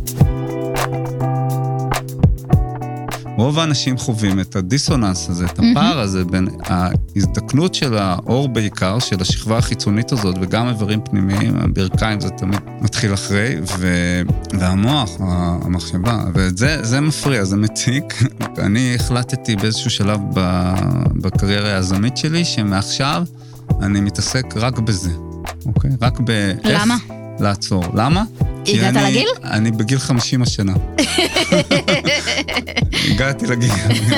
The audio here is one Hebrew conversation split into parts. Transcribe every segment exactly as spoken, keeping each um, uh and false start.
רוב האנשים חווים את הדיסוננס הזה, את הפער הזה, בין ההזדקנות של האור בעיקר, של השכבה החיצונית הזאת, וגם איברים פנימיים, הברכיים, זה תמיד מתחיל אחרי, והמוח, המחשבה, וזה זה מפריע, זה מציק. אני החלטתי באיזשהו שלב בקריירה היזמית שלי, שמעכשיו אני מתעסק רק בזה, אוקיי? רק באיך... למה? לעצור. למה? הגעת אני, לגיל? אני בגיל חמישים השנה. הגעתי לגיל.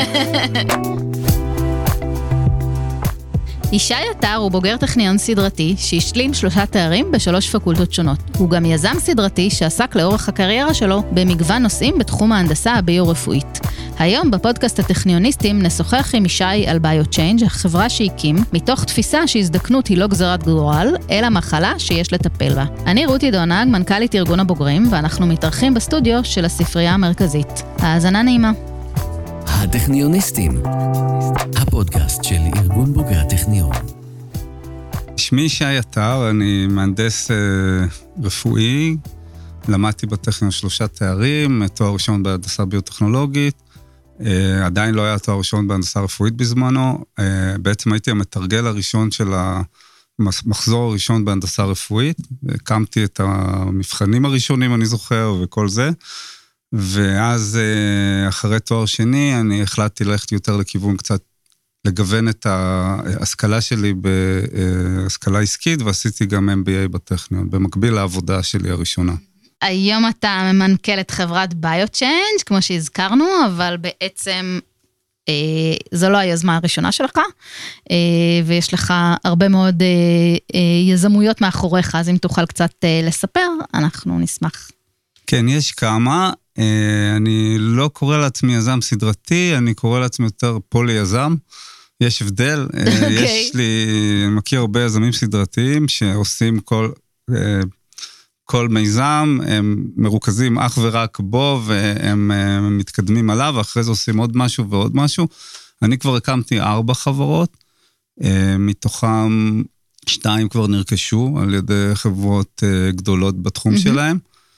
ישי עטר הוא בוגר טכניון סדרתי שהשלים שלושה תארים בשלוש פקולטות שונות. הוא גם יזם סדרתי שעסק לאורך הקריירה שלו במגוון נושאים בתחום ההנדסה הביו-רפואית. היום בפודקאסט הטכניוניסטים נשוחח עם ישי על ביו-צ'יינג', החברה שהקים, מתוך תפיסה שהזדקנות היא לא גזרת גורל, אלא מחלה שיש לטפל בה. אני רותי דונג, מנכ"לית ארגון הבוגרים, ואנחנו מתארחים בסטודיו של הספרייה המרכזית. האזנה נעימה. הטכניוניסטים, הפודקאסט של ארגון בוגרי הטכניון. שמי ישי עטר, אני מהנדס אה, רפואי, למדתי בטכניון שלושה תארים, תואר ראשון בהנדסה ביוטכנולוגית, אה, עדיין לא היה תואר ראשון בהנדסה רפואית בזמנו, אה, בעצם הייתי המתרגל הראשון של המחזור הראשון בהנדסה רפואית, הקמתי את המבחנים הראשונים, אני זוכר, וכל זה, ואז אחרי תואר שני, אני החלטתי ללכת יותר לכיוון קצת, לגוון את ההשכלה שלי בהשכלה עסקית, ועשיתי גם אם בי איי בטכניון, במקביל לעבודה שלי הראשונה. היום אתה ממנכ"ל את חברת ביו-צ'יינג', כמו שהזכרנו, אבל בעצם אה, זו לא היוזמה הראשונה שלך, אה, ויש לך הרבה מאוד אה, אה, יזמויות מאחוריך, אז אם תוכל קצת אה, לספר, אנחנו נשמח. כן, יש כמה. אני לא קורא לעצמי יזם סדרתי, אני קורא לעצמי יותר פולי יזם. יש הבדל. יש לי, אני מכיר הרבה יזמים סדרתיים שעושים כל, כל מיזם, הם מרוכזים אך ורק בו, והם מתקדמים עליו, ואחרי זה עושים עוד משהו ועוד משהו. אני כבר הקמתי ארבע חברות, מתוכם שתיים כבר נרכשו על ידי חברות גדולות בתחום שלהם,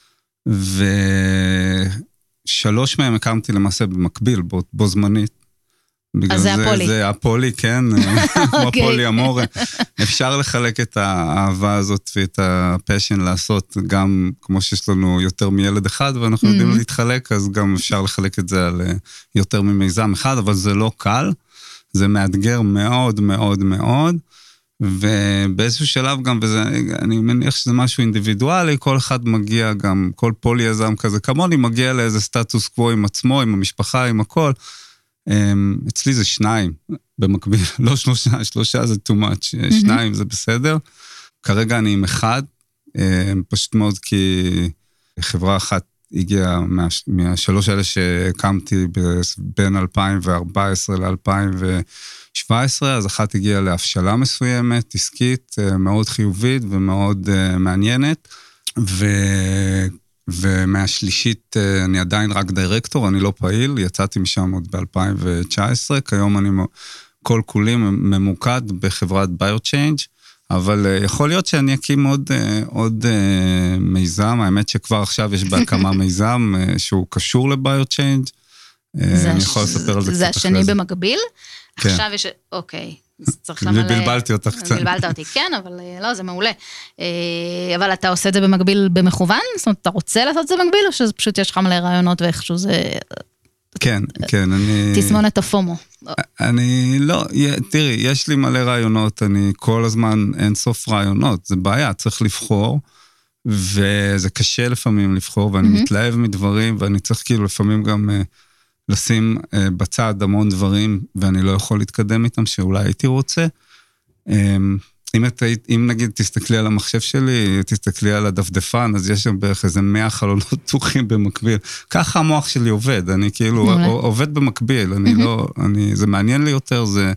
ושלוש מהם הקמתי למעשה במקביל, בו, בו זמנית. אז זה הפולי. זה הפולי, כן, כמו פולי אמור. אפשר לחלק את האהבה הזאת ואת הפשן לעשות, גם כמו שיש לנו יותר מילד אחד, ואנחנו יודעים להתחלק, אז גם אפשר לחלק את זה על יותר ממיזם אחד, אבל זה לא קל, זה מאתגר מאוד מאוד מאוד, ובאיזשהו שלב גם, וזה, אני מניח שזה משהו אינדיבידואלי, כל אחד מגיע גם, כל פולי יזם כזה, כמוני מגיע לאיזה סטטוס קוו עם עצמו, עם המשפחה, עם הכל. אצלי זה שניים במקביל, לא שלושה, שלושה זה too much, שניים זה בסדר. כרגע אני עם אחד, פשוט מאוד כי חברה אחת הגיעה מה, מהשלוש האלה שהקמתי בין אלפיים וארבע עשרה ל-אלפיים שבע עשרה, אז אחת הגיעה להפשלה מסוימת, עסקית, מאוד חיובית ומאוד מעניינת, ו... ומהשלישית אני עדיין רק דירקטור, אני לא פעיל, יצאתי משם עוד ב-אלפיים תשע עשרה, כיום אני כל כולי ממוקד בחברת ביו-צ'יינג', אבל יכול להיות שאני אקים עוד, עוד מיזם, האמת שכבר עכשיו יש בהקמה מיזם שהוא קשור לביו-צ'יינג', אני יכול לספר על זה קצת אחרי זה. זה השני במקביל? כן. עכשיו יש, אוקיי. ובלבלתי אותך קצת. בלבלת אותי, כן, אבל לא, זה מעולה. אבל אתה עושה את זה במקביל במכוון? זאת אומרת, אתה רוצה לעשות את זה במקביל, או שזה פשוט יש לך מלא רעיונות ואיכשהו זה... כן, כן, אני... תסמון את הפומו. אני לא, תראי, יש לי מלא רעיונות, אני כל הזמן אין סוף רעיונות, זה בעיה, צריך לבחור, וזה קשה לפעמים לבחור, ואני מתלהב מדברים, ואני צריך כאילו לפעמים גם... לשים בצד המון דברים, ואני לא יכול להתקדם איתם, שאולי הייתי רוצה. אם, את, אם נגיד תסתכלי על המחשב שלי, תסתכלי על הדפדפן, אז יש שם בערך איזה מאה חלונות פתוחים במקביל. ככה המוח שלי עובד, אני כאילו עובד במקביל, אני לא, אני, זה מעניין לי יותר, זה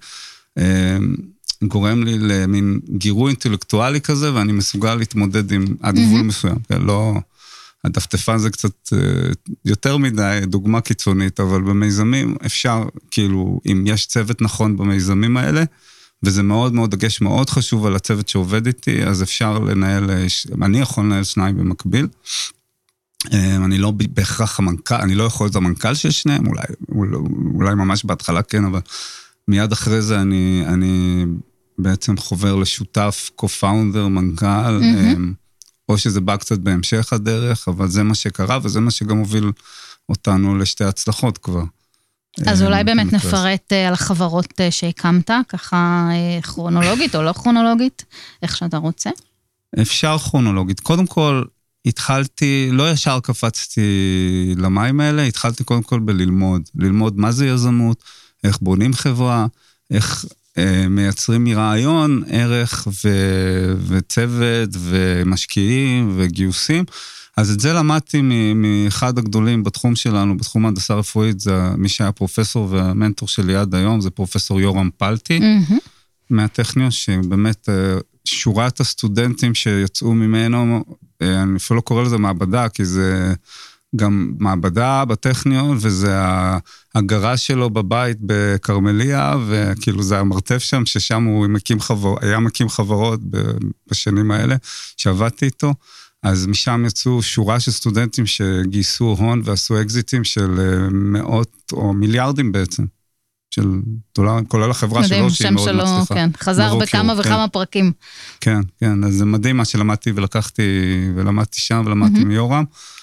גורם לי למין גירוי אינטלקטואלי כזה, ואני מסוגל להתמודד עם עד גבול מסוים, לא... הדפדפן זה קצת יותר מדי, דוגמה קיצונית, אבל במיזמים אפשר, כאילו, אם יש צוות נכון במיזמים האלה, וזה מאוד מאוד דגש מאוד חשוב על הצוות שעובד איתי, אז אפשר לנהל, אני יכול לנהל שניים במקביל, אני לא בהכרח המנכ"ל, אני לא יכול להיות המנכ"ל של שניהם, אולי, אולי ממש בהתחלה כן, אבל מיד אחרי זה אני, אני בעצם חובר לשותף, קו-פאונדר, מנכ"ל, mm-hmm. או שזה בא קצת בהמשך הדרך, אבל זה מה שקרה, וזה מה שגם הוביל אותנו לשתי הצלחות כבר. אז אולי באמת נפרט על החברות שהקמת, ככה כרונולוגית או לא כרונולוגית, איך שאתה רוצה? אפשר כרונולוגית. קודם כל, התחלתי, לא ישר קפצתי למים האלה, התחלתי קודם כל בללמוד, ללמוד מה זה יזמות, איך בונים חברה, איך אה, מייצרים מרעיון, ערך ו- וצוות ומשקיעים וגיוסים. אז את זה למדתי מאחד הגדולים בתחום שלנו, בתחום ההנדסה רפואית, זה מי שהיה פרופסור והמנטור שלי עד היום, זה פרופסור יורם פלטי, mm-hmm. מהטכניון, שבאמת שורת הסטודנטים שיצאו ממנו, אני אפילו לא קורא לזה מעבדה, כי זה גם מעבדה בטכניון, וזה הגרש שלו בבית בקרמליה, וכאילו זה המרתף שם, ששם הוא מקים חבר, היה מקים חברות בשנים האלה, שעבדתי איתו, אז משם יצאו שורה של סטודנטים שגייסו הון ועשו אקזיטים של מאות או מיליארדים בעצם, של דולרים, כולל החברה שלו שהיא מאוד מצליחה. כן, חזר בכמה וכמה פרקים. כן, כן, אז זה מדהים מה שלמדתי ולקחתי, ולמדתי שם ולמדתי מיורם.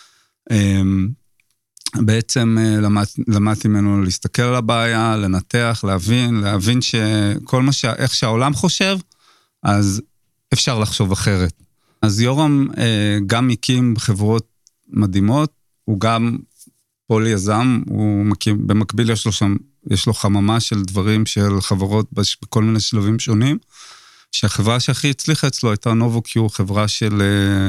בעצם למדתי ממנו להסתכל על הבעיה, לנתח, להבין, להבין שכל מה, איך שהעולם חושב, אז אפשר לחשוב אחרת. אז יורם גם הקים חברות מדהימות, הוא גם פולי יזם, הוא מקים, במקביל יש לו שם, יש לו חממה של דברים של חברות בכל מיני שלבים שונים, שהחברה שהכי הצליחה אצלו הייתה נובו קיו, חברה של,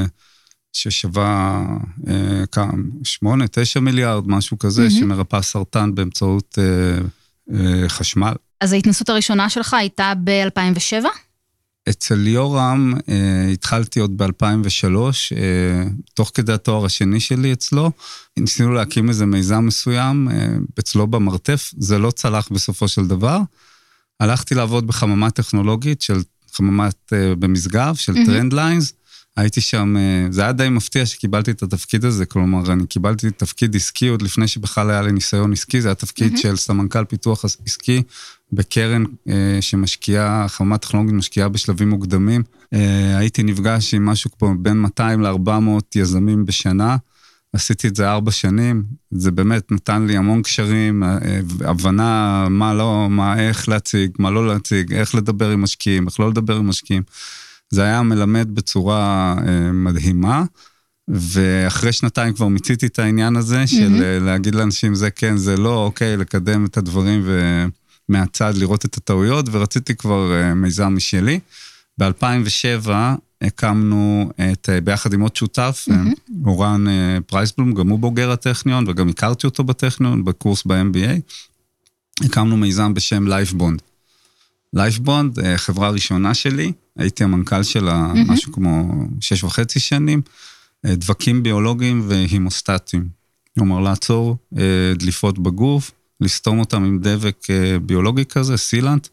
ששווה כמה, שמונה, תשע מיליארד, משהו כזה, mm-hmm. שמרפא סרטן באמצעות חשמל. אז ההתנסות הראשונה שלך הייתה ב-אלפיים ושבע? אצל יורם אה, התחלתי עוד ב-אלפיים ושלוש, אה, תוך כדי התואר השני שלי אצלו, ניסינו להקים איזה מיזם מסוים, אה, אצלו במרתף, זה לא צלח בסופו של דבר, הלכתי לעבוד בחממה טכנולוגית, של חממת אה, במשגב, של mm-hmm. טרנד ליינס, הייתי שם, אה, זה היה די מפתיע שקיבלתי את התפקיד הזה, כלומר, אני קיבלתי תפקיד עסקי, עוד לפני שבכלל היה לי ניסיון עסקי, זה היה תפקיד mm-hmm. של סמנכ"ל פיתוח עסקי, בקרן שמשקיעה, חממה טכנולוגית משקיעה בשלבים מוקדמים. הייתי נפגש עם משהו כמו בין מאתיים לארבע מאות יזמים בשנה, עשיתי את זה ארבע שנים, זה באמת נתן לי המון קשרים, הבנה מה לא, מה איך להציג, מה לא להציג, איך לדבר עם משקיעים, איך לא לדבר עם משקיעים. זה היה מלמד בצורה מדהימה, ואחרי שנתיים כבר מיציתי את העניין הזה, של להגיד לאנשים זה כן, זה לא, אוקיי, לקדם את הדברים ו... מהצד לראות את הטעויות, ורציתי כבר uh, מיזם משלי. ב-אלפיים ושבע הקמנו את, uh, ביחד עם עוד שותף, mm-hmm. אורן uh, פרייסבלום, גם הוא בוגר הטכניון, וגם הכרתי אותו בטכניון, בקורס ב-אם בי איי. הקמנו מיזם בשם לייפבונד. לייפבונד, uh, חברה ראשונה שלי, הייתי המנכ"ל שלה mm-hmm. משהו כמו שש וחצי שנים, uh, דבקים ביולוגיים והימוסטטיים. כלומר, לעצור uh, דליפות בגוף, לסתום אותם עם דבק ביולוגי כזה, סילנט.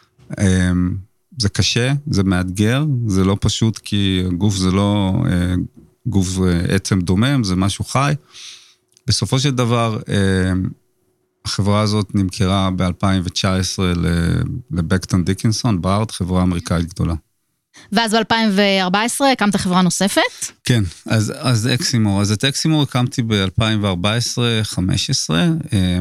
זה קשה, זה מאתגר, זה לא פשוט כי גוף זה לא גוף עצם דומם, זה משהו חי. בסופו של דבר, החברה הזאת נמכרה ב-אלפיים תשע עשרה לבקטון דיקנסון, בארד, חברה אמריקאית גדולה. ואז ב-אלפיים וארבע עשרה הקמת חברה נוספת? כן, אז, אז אקסימור. אז את אקסימור הקמתי ב-אלפיים וארבע עשרה חמש עשרה,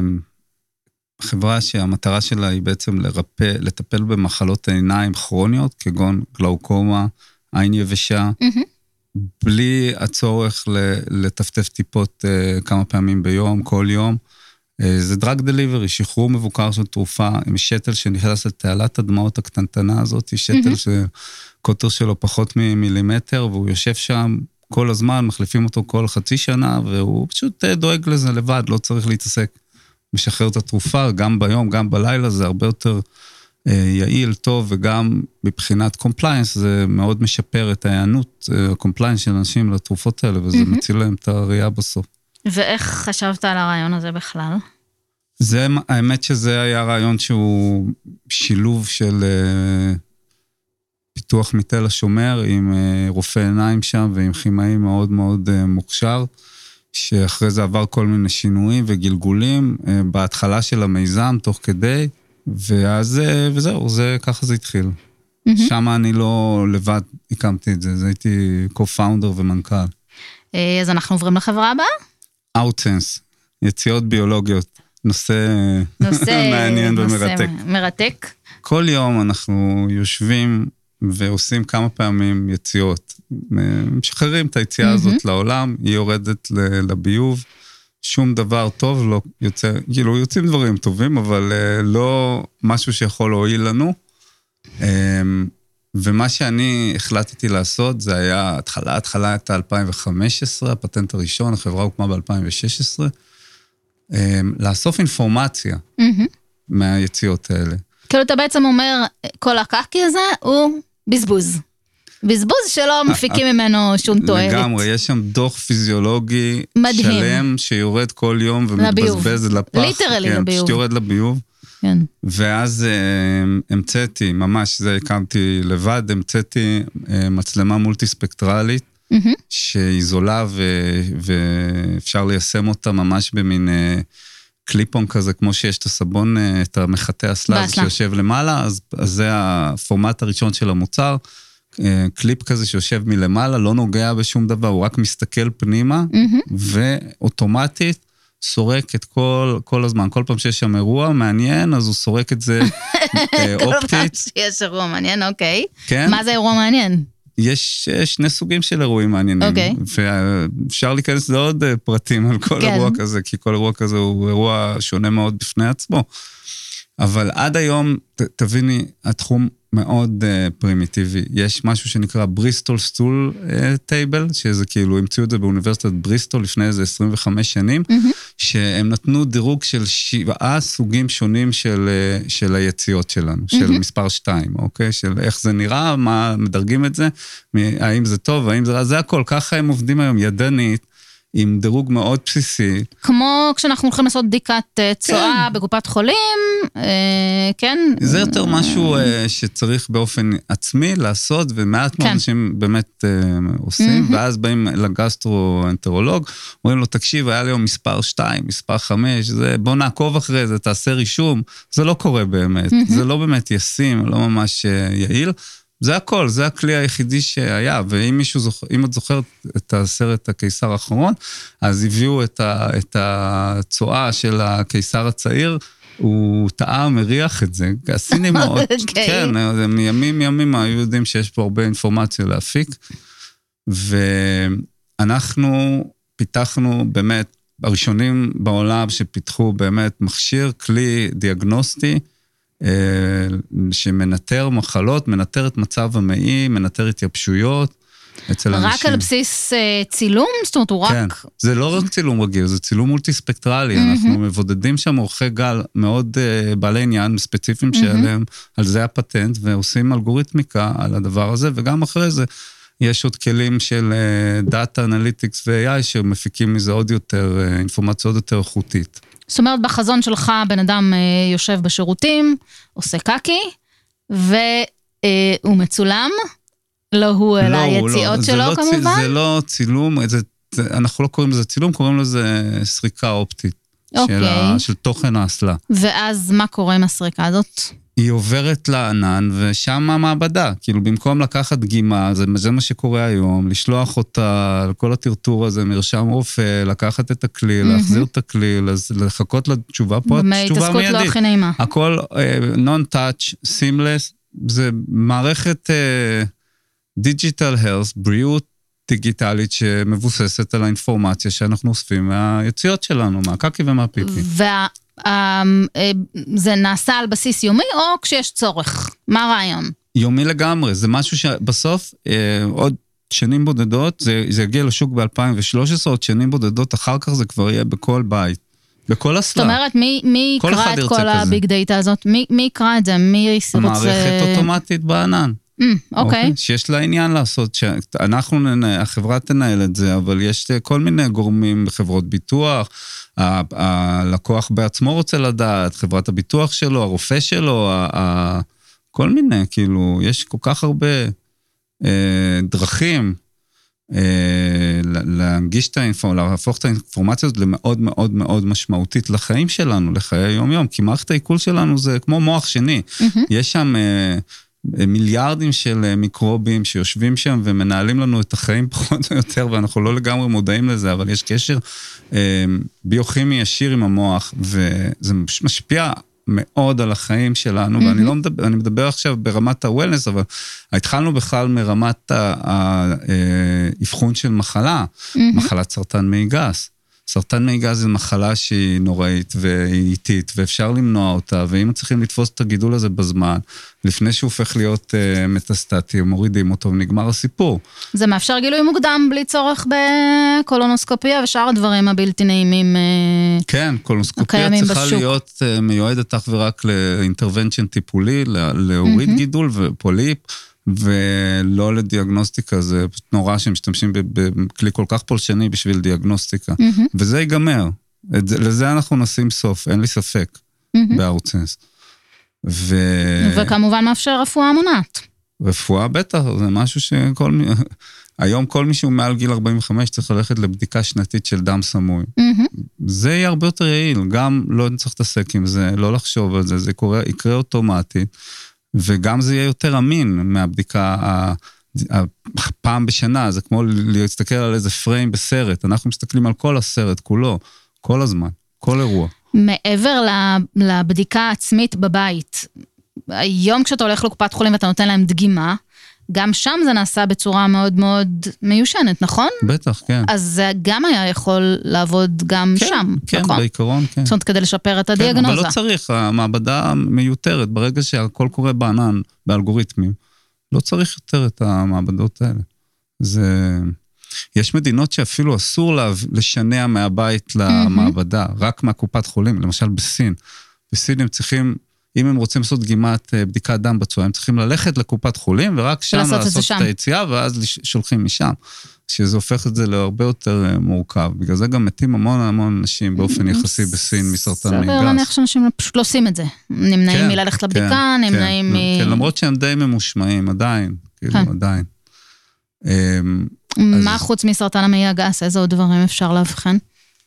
חברה שהמטרה שלה היא בעצם לרפא, לטפל במחלות עיניים כרוניות, כגון גלאוקומה, עין יבשה, mm-hmm. בלי הצורך לטפטף טיפות כמה פעמים ביום, כל יום. זה דרג דליברי, שחרור מבוקר של תרופה, עם שתל שנכנס לתעלת הדמעות הקטנטנה הזאת, שתל mm-hmm. שקוטר שלו פחות ממילימטר, והוא יושב שם כל הזמן, מחליפים אותו כל חצי שנה, והוא פשוט דואג לזה לבד, לא צריך להתעסק. משחרר את התרופה, גם ביום, גם בלילה, זה הרבה יותר אה, יעיל, טוב, וגם מבחינת קומפליינס, זה מאוד משפר את העיינות, הקומפליינס של אנשים לתרופות האלה, וזה mm-hmm. מציל להם את הראייה בסוף. ואיך חשבת על הרעיון הזה בכלל? זה, האמת שזה היה רעיון שהוא שילוב של אה, פיתוח מתל השומר, עם אה, רופא עיניים שם, ועם כימאי מאוד מאוד אה, מוכשר, שאחרי זה עבר כל מיני שינויים וגלגולים, בהתחלה של המיזם, תוך כדי, ואז, וזהו, זה, ככה זה התחיל. Mm-hmm. שם אני לא לבד הקמתי את זה, זה הייתי co-founder ומנכ"ל. אז אנחנו עוברים לחברה הבאה? Outsense, יציאות ביולוגיות, נושא, נושא מעניין נושא ומרתק. מרתק. כל יום אנחנו יושבים ועושים כמה פעמים יציאות, משחררים את היציאה הזאת mm-hmm. לעולם, היא יורדת לביוב, שום דבר טוב לא יוצא, כאילו יוצאים דברים טובים, אבל לא משהו שיכול להועיל לנו, ומה שאני החלטתי לעשות, זה היה, התחלה, התחלה הייתה אלפיים וחמש עשרה, הפטנט הראשון, החברה הוקמה ב-אלפיים ושש עשרה, לאסוף אינפורמציה מהיציאות האלה. כאילו אתה בעצם אומר, כל הקקי הזה הוא בזבוז. בזבוז שלא מפיקים ממנו שום תועלת. לגמרי, יש שם דוח פיזיולוגי שלם שיורד כל יום ומתבזבז לפח. ליטרלי לביוב. פשוט יורד לביוב. כן. ואז המצאתי, ממש זה הקמתי לבד, המצאתי מצלמה מולטי ספקטרלית, שהיא זולה ואפשר ליישם אותה ממש במין קליפון כזה, כמו שיש את הסבון, את המחטא הסלב שיושב למעלה, אז זה הפורמט הראשון של המוצר, קליפ כזה שיושב מלמעלה, לא נוגע בשום דבר, הוא רק מסתכל פנימה, ואוטומטית סורק את כל, כל הזמן, כל פעם שיש שם אירוע מעניין, אז הוא סורק את זה אופטית. כל פעם שיש אירוע מעניין, אוקיי. כן. מה זה אירוע מעניין? יש שני סוגים של אירועים מעניינים, אוקיי. ואפשר להיכנס לעוד פרטים על כל אירוע כזה, כי כל אירוע כזה הוא אירוע שונה מאוד בפני עצמו. אבל עד היום, תביני, התחום מאוד uh, פרימיטיבי. יש משהו שנקרא בריסטול סטול טייבל, שזה כאילו, המציאו את זה באוניברסיטת בריסטול לפני איזה עשרים וחמש שנים, mm-hmm. שהם נתנו דירוג של שבעה סוגים שונים של, uh, של היציאות שלנו, mm-hmm. של מספר שתיים, אוקיי? של איך זה נראה, מה מדרגים את זה, האם זה טוב, האם זה רע, זה הכל. ככה הם עובדים היום ידנית, עם דירוג מאוד בסיסי. כמו כשאנחנו הולכים לעשות בדיקת צואה בקופת חולים, כן? זה יותר משהו שצריך באופן עצמי לעשות, ומעט מאוד אנשים באמת עושים, ואז באים לגסטרואנטרולוג, אומרים לו, תקשיב, היה לי היום מספר שתיים, מספר חמש, בוא נעקוב אחרי זה, תעשה רישום, זה לא קורה באמת, זה לא באמת ישים, לא ממש יעיל, זה הכל, זה הכלי היחידי שהיה, ואם מישהו זוכר, אם את זוכרת את הסרט הקיסר האחרון, אז הביאו את, ה, את הצואה של הקיסר הצעיר, הוא טעה מריח את זה, הסינים מאוד, כן, מימים ימים היו יודעים שיש פה הרבה אינפורמציה להפיק, ואנחנו פיתחנו באמת, הראשונים בעולם שפיתחו באמת מכשיר, כלי דיאגנוסטי, שמנטר מחלות, מנטר את מצב המעי, מנטר התייבשויות אצל אנשים. רק על בסיס צילום? זאת אומרת, הוא רק... כן, זה לא רק צילום רגיל, זה צילום מולטי ספקטרלי, אנחנו מבודדים שם אורחי גל מאוד בעלי עניין ספציפיים שעליהם, על זה הפטנט, ועושים אלגוריתמיקה על הדבר הזה, וגם אחרי זה יש עוד כלים של דאטה אנליטיקס ו-איי איי שמפיקים מזה עוד יותר, אינפורמציה עוד יותר איכותית. זאת אומרת, בחזון שלך, בן אדם יושב בשירותים, עושה קקי, והוא מצולם, לא הוא אלא היציאות שלו כמובן. זה לא צילום, אנחנו לא קוראים לזה צילום, קוראים לזה סריקה אופטית, של תוכן האסלה. ואז מה קורה עם הסריקה הזאת? היא עוברת לענן, ושם המעבדה, כאילו במקום לקחת דגימה, זה, זה מה שקורה היום, לשלוח אותה, כל הטרטור הזה, מרשם רופא, לקחת את הכלי, להחזיר את הכלי, לחכות לתשובה פה, תשובה מיידית. לא הכי נעימה. הכל uh, non-touch, seamless, זה מערכת uh, digital health, בריאות דיגיטלית, שמבוססת על האינפורמציה שאנחנו אוספים מהיציאות שלנו, מהקקי ומהפיפי. וה... זה נעשה על בסיס יומי, או כשיש צורך? מה הרעיון? יומי לגמרי, זה משהו שבסוף, עוד שנים בודדות, זה, זה יגיע לשוק ב-אלפיים ושלוש עשרה, עוד שנים בודדות, אחר כך זה כבר יהיה בכל בית, בכל אסלה. זאת אומרת, מי, מי יקרא את כל הביג דאטה הזאת? מי, מי יקרא את זה? מי רוצה... המערכת אוטומטית בענן. אוקיי. שיש לה עניין לעשות, שאנחנו, החברה תנהל את זה, אבל יש כל מיני גורמים בחברות ביטוח, הלקוח בעצמו רוצה לדעת, חברת הביטוח שלו, הרופא שלו, כל מיני, כאילו, יש כל כך הרבה דרכים להנגיש את האינפורמציה, להפוך את האינפורמציה הזאת למאוד מאוד מאוד משמעותית לחיים שלנו, לחיי היום-יום, כי מערכת העיכול שלנו זה כמו מוח שני. יש שם מיליארדים של מיקרובים שיושבים שם ומנהלים לנו את החיים פחות או יותר, ואנחנו לא לגמרי מודעים לזה, אבל יש קשר ביוכימי ישיר עם המוח, וזה משפיע מאוד על החיים שלנו, ואני לא מדבר, אני מדבר עכשיו ברמת ה-wellness, אבל התחלנו בכלל מרמת האבחון של מחלה, מחלת סרטן מעי גס. סרטן מעי גס זה מחלה שהיא נוראית ואיטית, ואפשר למנוע אותה, ואם צריכים לתפוס את הגידול הזה בזמן, לפני שהוא הופך להיות מטסטטי, מורידים אותו ונגמר הסיפור. זה מאפשר גילוי מוקדם בלי צורך בקולונוסקופיה ושאר הדברים הבלתי נעימים כן, קולונוסקופיה צריכה להיות מיועדת אך ורק לאינטרוונצ'ן טיפולי, להוריד גידול ופוליפ, ולא לדיאגנוסטיקה, זה נורא שמשתמשים בכלי כל כך פולשני בשביל דיאגנוסטיקה, וזה ייגמר, לזה אנחנו נשים סוף, אין לי ספק, בארוצנס. וכמובן מאפשר רפואה מונעת. רפואה בטח, זה משהו שכל מי, היום כל מי שהוא מעל גיל ארבעים וחמש צריך ללכת לבדיקה שנתית של דם סמוי. זה יהיה הרבה יותר יעיל, גם לא צריך להתעסק עם זה, לא לחשוב על זה, זה יקרה אוטומטית, וגם זה יהיה יותר אמין מהבדיקה הפעם בשנה, זה כמו להסתכל על איזה פריים בסרט, אנחנו מסתכלים על כל הסרט כולו, כל הזמן, כל אירוע. מעבר לבדיקה העצמית בבית, היום כשאתה הולך לקופת חולים ואתה נותן להם דגימה, גם שם זה נעשה בצורה מאוד מאוד מיושנת, נכון? בטח, כן. אז זה גם היה יכול לעבוד גם כן, שם, כן, נכון? כן, בעיקרון, כן. זאת אומרת, כדי לשפר את כן, הדיאגנוזה. אבל לא צריך, המעבדה מיותרת, ברגע שהכל קורה בענן, באלגוריתמים, לא צריך יותר את המעבדות האלה. זה... יש מדינות שאפילו אסור לה, לשנע מהבית למעבדה, mm-hmm. רק מהקופת חולים, למשל בסין. בסין הם צריכים... אם הם רוצים לעשות דגימת בדיקת דם בצורה, הם צריכים ללכת לקופת חולים, ורק שם לעשות את היציאה, ואז שולחים משם. שזה הופך את זה להרבה יותר מורכב. בגלל זה גם מתים המון המון אנשים באופן יחסי בסין מסרטן מעי גס. סביר להניח שאנשים פשוט לא עושים את זה. נמנעים מללכת לבדיקה, נמנעים מ... כן, למרות שהם די ממושמעים, עדיין. כאילו, עדיין. מה חוץ מסרטן המעי הגס? איזה עוד דברים אפשר להבחן?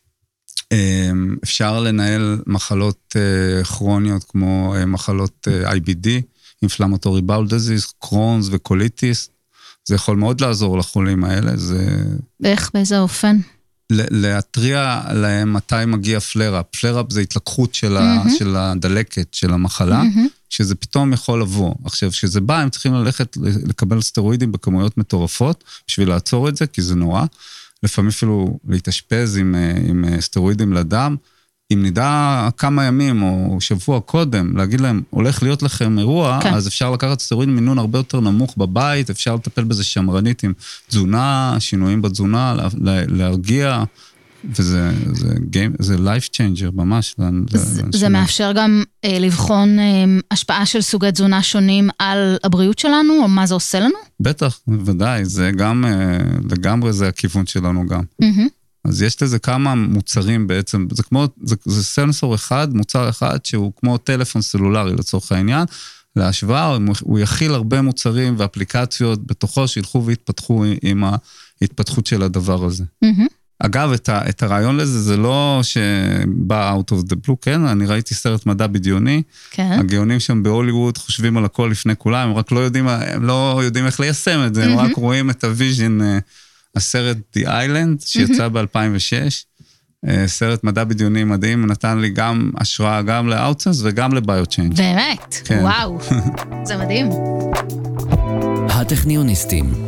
אפשר לנהל מחלות כרוניות כמו מחלות איי בי די, Inflammatory Bowel Disease, קרונס וקוליטיס, זה יכול מאוד לעזור לחולים האלה. איך? באיזה אופן? להתריע להם מתי מגיע פלר-אפ. פלר-אפ זה התלקחות של הדלקת, של המחלה, שזה פתאום יכול לבוא. עכשיו, כשזה בא, הם צריכים ללכת לקבל סטרואידים בכמויות מטורפות, בשביל לעצור את זה, כי זה נורא. לפעמים אפילו להתאשפז עם, עם סטרואידים לדם, אם נדע כמה ימים או שבוע קודם, להגיד להם, הולך להיות לכם אירוע, כן. אז אפשר לקחת סטרואידים מינון הרבה יותר נמוך בבית, אפשר לטפל בזה שמרנית עם תזונה, שינויים בתזונה, לה, להרגיע, וזה זה game, זה life changer ממש. זה, זה מאפשר גם אה, לבחון אה, השפעה של סוגי תזונה שונים על הבריאות שלנו, או מה זה עושה לנו? בטח, ודאי, זה גם, אה, לגמרי זה הכיוון שלנו גם. Mm-hmm. אז יש לזה כמה מוצרים בעצם, זה כמו, זה, זה סנסור אחד, מוצר אחד, שהוא כמו טלפון סלולרי לצורך העניין, להשוואה, הוא יכיל הרבה מוצרים ואפליקציות בתוכו שילכו והתפתחו עם ההתפתחות של הדבר הזה. Mm-hmm. אגב, את, ה, את הרעיון לזה, זה לא שבא out of the blue, כן? אני ראיתי סרט מדע בדיוני, כן. הגאונים שם בהוליווד חושבים על הכל לפני כולם, הם רק לא יודעים, הם לא יודעים איך ליישם את זה, mm-hmm. הם רק רואים את הוויז'ן, הסרט The Island, שיצא mm-hmm. ב-אלפיים ושש, סרט מדע בדיוני מדהים, נתן לי גם השראה, גם לאוטסנס וגם לביוצ'יינג'. באמת? כן. וואו, זה מדהים. הטכניוניסטים.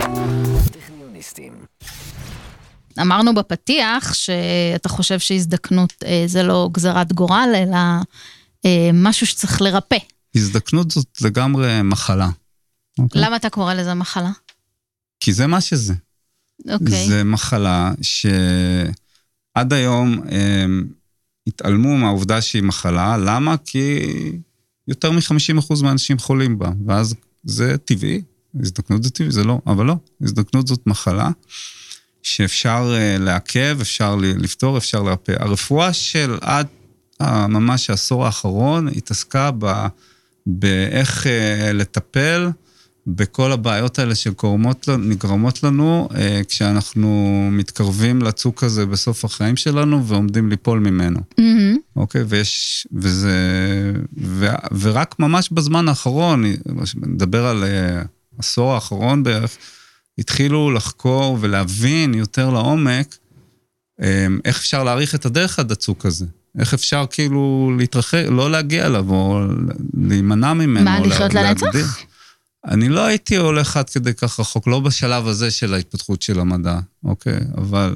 אמרנו בפתיח שאתה חושב שהזדקנות זה לא גזרת גורל, אלא משהו שצריך לרפא. הזדקנות זאת לגמרי מחלה. למה אתה קורא לזה מחלה? כי זה מה שזה. אוקיי. זה מחלה שעד היום התעלמו מהעובדה שהיא מחלה. למה? כי יותר מ-חמישים אחוז מהאנשים חולים בה, ואז זה טבעי. הזדקנות זה טבעי, זה לא, אבל לא. הזדקנות זאת מחלה. שאפשר לעכב, אפשר לפתור, אפשר לרפא. הרפואה של עד ממש העשור האחרון התעסקה באיך לטפל בכל הבעיות האלה שקורמות, נגרמות לנו, כשאנחנו מתקרבים לצוק הזה בסוף החיים שלנו, ועומדים ליפול ממנו. Mm-hmm. אוקיי? ויש, וזה, ו, ורק ממש בזמן האחרון, נדבר על עשור האחרון בערך, התחילו לחקור ולהבין יותר לעומק, איך אפשר להעריך את הדרך עד הצוק הזה. איך אפשר כאילו להתרחק, לא להגיע אליו, או להימנע ממנו. מה, לחיות לנצח? אני לא הייתי הולך עד כדי כך רחוק, לא בשלב הזה של ההתפתחות של המדע, אוקיי? אבל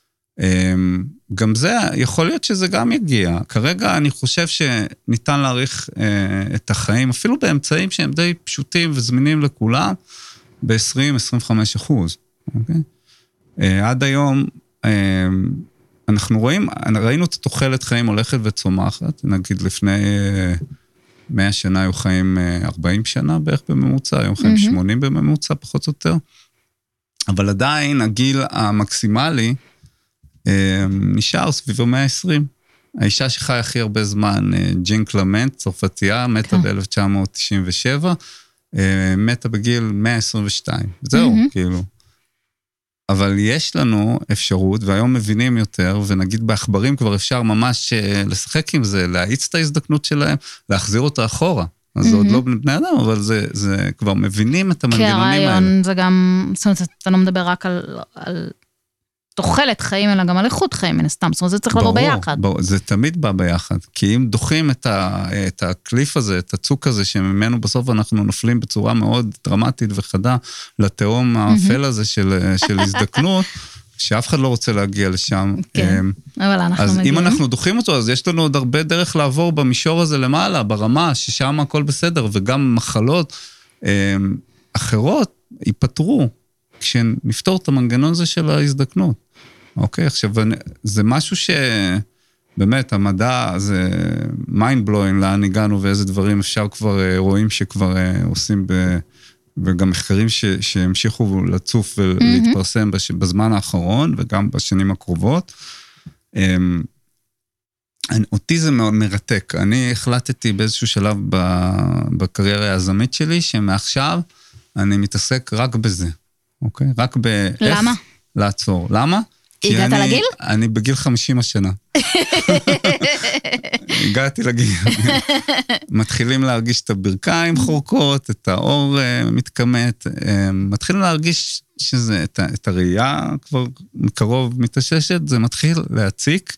גם זה, יכול להיות שזה גם יגיע. כרגע אני חושב שניתן להעריך את החיים, אפילו באמצעים שהם די פשוטים וזמינים לכולם, ב-עשרים עד עשרים וחמישה אחוז, אוקיי? עד היום, אנחנו רואים, ראינו את התוחלת חיים הולכת וצומחת, נגיד לפני מאה שנה היו חיים ארבעים שנה בערך בממוצע, היום חיים שמונים בממוצע פחות או יותר, אבל עדיין הגיל המקסימלי נשאר סביב מאה ועשרים. האישה שחיה הכי הרבה זמן, ג'ין קלמנט, צרפתייה, מתה ב-אלף תשע מאות תשעים ושבע, מתה בגיל מאה עשרים ושתיים. זהו, כאילו. אבל יש לנו אפשרות, והיום מבינים יותר, ונגיד בעכברים כבר אפשר ממש לשחק עם זה, להאיץ את ההזדקנות שלהם, להחזיר אותה אחורה. אז זה עוד לא בני אדם, אבל זה כבר מבינים את המנגנונים האלה. כי הרעיון זה גם, זאת אומרת, אתה לא מדבר רק על תוחלת חיים, אלא גם על איכות חיים, מן הסתם. זאת אומרת, זה צריך לבוא ביחד. ברור, זה תמיד בא ביחד. כי אם דוחים את הקליף הזה, את הצוק הזה, שממנו בסוף אנחנו נופלים בצורה מאוד דרמטית וחדה, לתהום האפל הזה של הזדקנות, שאף אחד לא רוצה להגיע לשם. כן, אבל אנחנו אז מגיעים. אם אנחנו דוחים אותו, אז יש לנו עוד הרבה דרך לעבור במישור הזה למעלה, ברמה, ששם הכל בסדר, וגם מחלות אחרות ייפטרו, כשנפתור את המנגנון הזה של ההזדקנות. אוקיי, עכשיו, זה משהו שבאמת, המדע, זה mind blowing, לאן הגענו ואיזה דברים אפשר כבר, רואים שכבר עושים, ב, וגם מחקרים ש, שהמשיכו לצוף ולהתפרסם בזמן האחרון, וגם בשנים הקרובות. אותי זה מאוד מרתק. אני החלטתי באיזשהו שלב בקריירה היזמית שלי, שמעכשיו אני מתעסק רק בזה. אוקיי? רק באיך למה? לעצור. למה? הגעת לגיל? אני בגיל חמישים השנה. הגעתי לגיל. מתחילים להרגיש את הברכיים חורקות, את האור מתקמת, מתחילים להרגיש שזה, את הראייה כבר מקרוב מתששת, זה מתחיל להציק,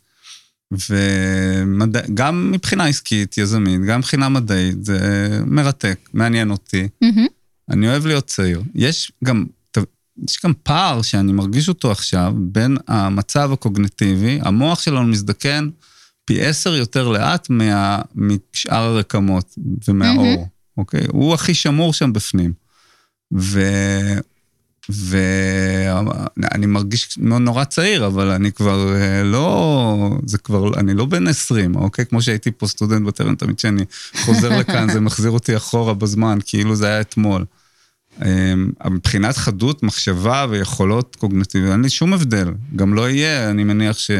וגם מבחינה עסקית, יזמית, גם מבחינה מדעית, זה מרתק, מעניין אותי. אני אוהב להיות צעיר. יש גם יש גם פער שאני מרגיש אותו עכשיו, בין המצב הקוגניטיבי, המוח שלנו מזדקן פי עשר יותר לאט מה, משאר הרקמות ומהאור, mm-hmm. אוקיי? הוא הכי שמור שם בפנים. ו... ואני מרגיש נורא צעיר, אבל אני כבר לא, זה כבר, אני לא בן עשרים, אוקיי? כמו שהייתי פה סטודנט בטרן, תמיד שאני חוזר לכאן, זה מחזיר אותי אחורה בזמן, כאילו זה היה אתמול. מבחינת חדות, מחשבה ויכולות קוגניטיביות, אין לי שום הבדל, גם לא יהיה, אני מניח ש...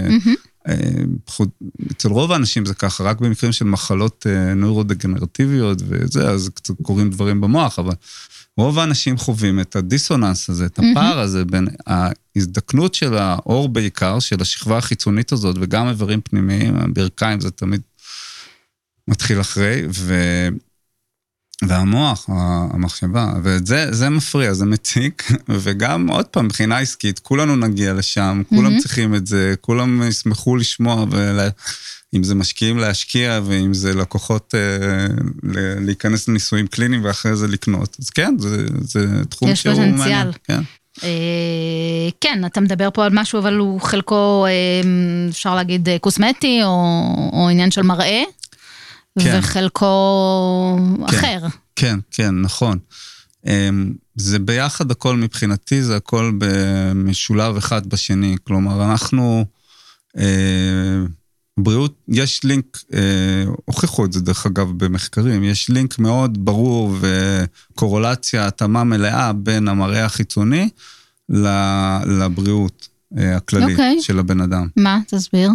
אצל רוב האנשים זה ככה, רק במקרים של מחלות נוירודגנרטיביות וזה, אז קצת קורים דברים במוח, אבל רוב האנשים חווים את הדיסוננס הזה, את הפער הזה, בין ההזדקנות של האור בעיקר, של השכבה החיצונית הזאת, וגם איברים פנימיים, הברכיים, זה תמיד מתחיל אחרי, ו... והמוח, המחשבה, וזה זה מפריע, זה מציק, וגם עוד פעם, מבחינה עסקית, כולנו נגיע לשם, כולם צריכים את זה, כולם ישמחו לשמוע, ואם זה משקיעים להשקיע, ואם זה לקוחות להיכנס לניסויים קליניים, ואחרי זה לקנות. אז כן, זה, זה תחום שהוא מעניין. יש פוטנציאל. כן. כן, אתה מדבר פה על משהו, אבל הוא חלקו, אפשר להגיד, קוסמטי, או עניין של מראה. כן. וחלקו כן, אחר. כן, כן, נכון. זה ביחד הכל מבחינתי, זה הכל במשולב אחד בשני. כלומר, אנחנו, בריאות, יש לינק, הוכיחו את זה דרך אגב במחקרים, יש לינק מאוד ברור וקורולציה, התאמה מלאה בין המראה החיצוני לבריאות הכללית okay. של הבן אדם. מה? תסביר.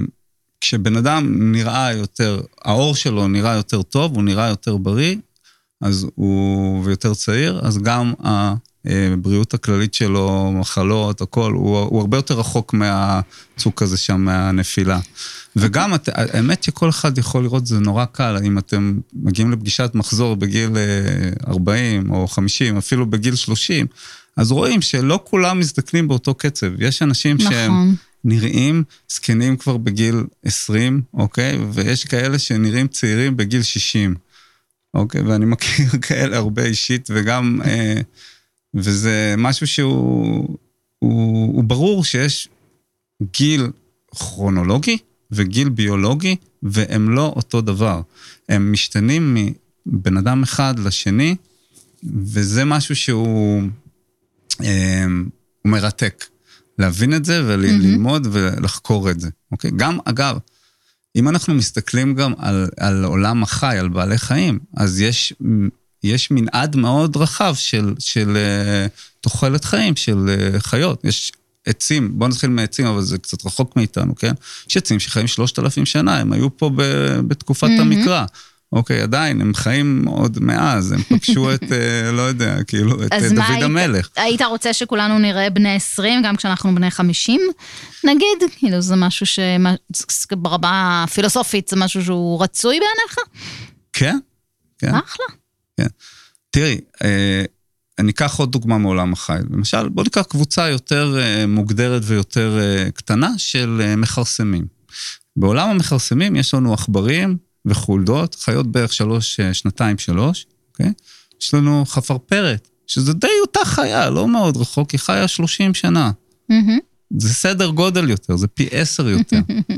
כשבן אדם נראה יותר, האור שלו נראה יותר טוב, הוא נראה יותר בריא, אז הוא ויותר צעיר, אז גם הבריאות הכללית שלו, מחלות, הכל, הוא, הוא הרבה יותר רחוק מהצוק הזה שם, מהנפילה. וגם, האמת שכל אחד יכול לראות, זה נורא קל, אם אתם מגיעים לפגישת מחזור בגיל ארבעים או חמישים, אפילו בגיל שלושים, אז רואים שלא כולם מזדקנים באותו קצב. יש אנשים נכון. שהם נראים זקנים כבר בגיל עשרים, אוקיי? ויש כאלה שנראים צעירים בגיל שישים. אוקיי, ואני מכיר כאלה הרבה אישית, וגם, אה, וזה משהו שהוא, הוא, הוא ברור שיש גיל כרונולוגי, וגיל ביולוגי, והם לא אותו דבר. הם משתנים מבן אדם אחד לשני, וזה משהו שהוא אה, הוא מרתק. להבין את זה, וללמוד ולחקור את זה. אוקיי? גם, אגב, אם אנחנו מסתכלים גם על, על עולם החי, על בעלי חיים, אז יש, יש מנעד מאוד רחב של, של תוחלת חיים, של חיות. יש עצים, בואו נתחיל מעצים, אבל זה קצת רחוק מאיתנו, כן? יש עצים שחיים שלושת אלפים שנה, הם היו פה ב, בתקופת mm-hmm. המקרא. אוקיי, עדיין, הם חיים עוד מאז, הם פגשו את, לא יודע, כאילו, את דוד היית, המלך. היית רוצה שכולנו נראה בני עשרים, גם כשאנחנו בני חמישים, נגיד? כאילו, זה משהו שברמה פילוסופית, זה משהו שהוא רצוי בעיניך? כן, כן. אחלה. כן. תראי, אני אקח עוד דוגמה מעולם החי. למשל, בוא ניקח קבוצה יותר מוגדרת ויותר קטנה של מחרסמים. בעולם המחרסמים יש לנו עכברים, וחולדות, חיות בערך שלוש, שנתיים, שלוש, אוקיי? יש לנו חפרפרת, שזה די אותה חיה, לא מאוד רחוק, היא חיה שלושים שנה. Mm-hmm. זה סדר גודל יותר, זה פי עשר יותר.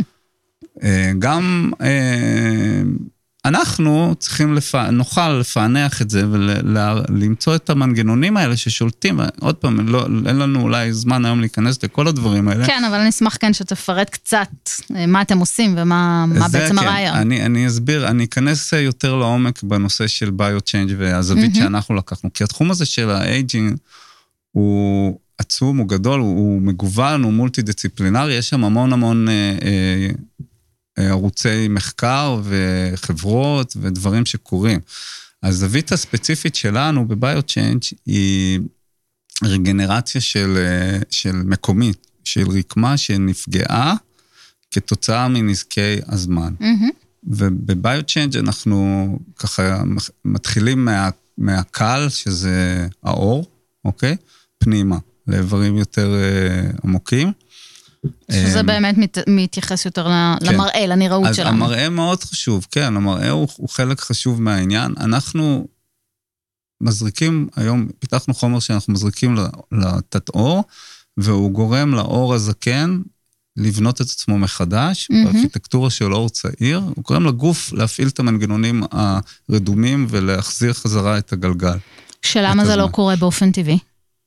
גם אנחנו צריכים לפ... נוכל לפענח את זה, ולמצוא את המנגנונים האלה ששולטים, עוד פעם, לא, אין לנו אולי זמן היום להיכנס לכל הדברים האלה. כן, אבל אני אשמח כן שתפרט קצת מה אתם עושים, ומה מה בעצם כן. הרעיון. אני, אני אסביר, אני אכנס יותר לעומק בנושא של ביו-צ'יינג' והזווית mm-hmm. שאנחנו לקחנו, כי התחום הזה של האייג'ינג, הוא עצום, הוא גדול, הוא, הוא מגוון, הוא מולטי-דיציפלינרי, יש שם המון המון... אה, אה, ערוצי מחקר וחברות ודברים שקורים. הזווית הספציפית שלנו בביו-צ'יינג' היא רגנרציה של, של מקומית, של רקמה שנפגעה כתוצאה מנזקי הזמן. Mm-hmm. ובביו-צ'יינג' אנחנו ככה מתחילים מה, מהקל, שזה האור, אוקיי? פנימה, לאיברים יותר עמוקים. שזה באמת מת, מתייחס יותר כן. למראה, לנראות אז שלנו. אז המראה מאוד חשוב, כן, המראה הוא, הוא חלק חשוב מהעניין. אנחנו מזריקים, היום פיתחנו חומר שאנחנו מזריקים לתת אור, והוא גורם לאור הזקן לבנות את עצמו מחדש, mm-hmm. בארכיטקטורה של אור צעיר, הוא גורם לגוף להפעיל את המנגנונים הרדומים, ולהחזיר חזרה את הגלגל. שלמה זה הזמן. לא קורה באופן טבעי?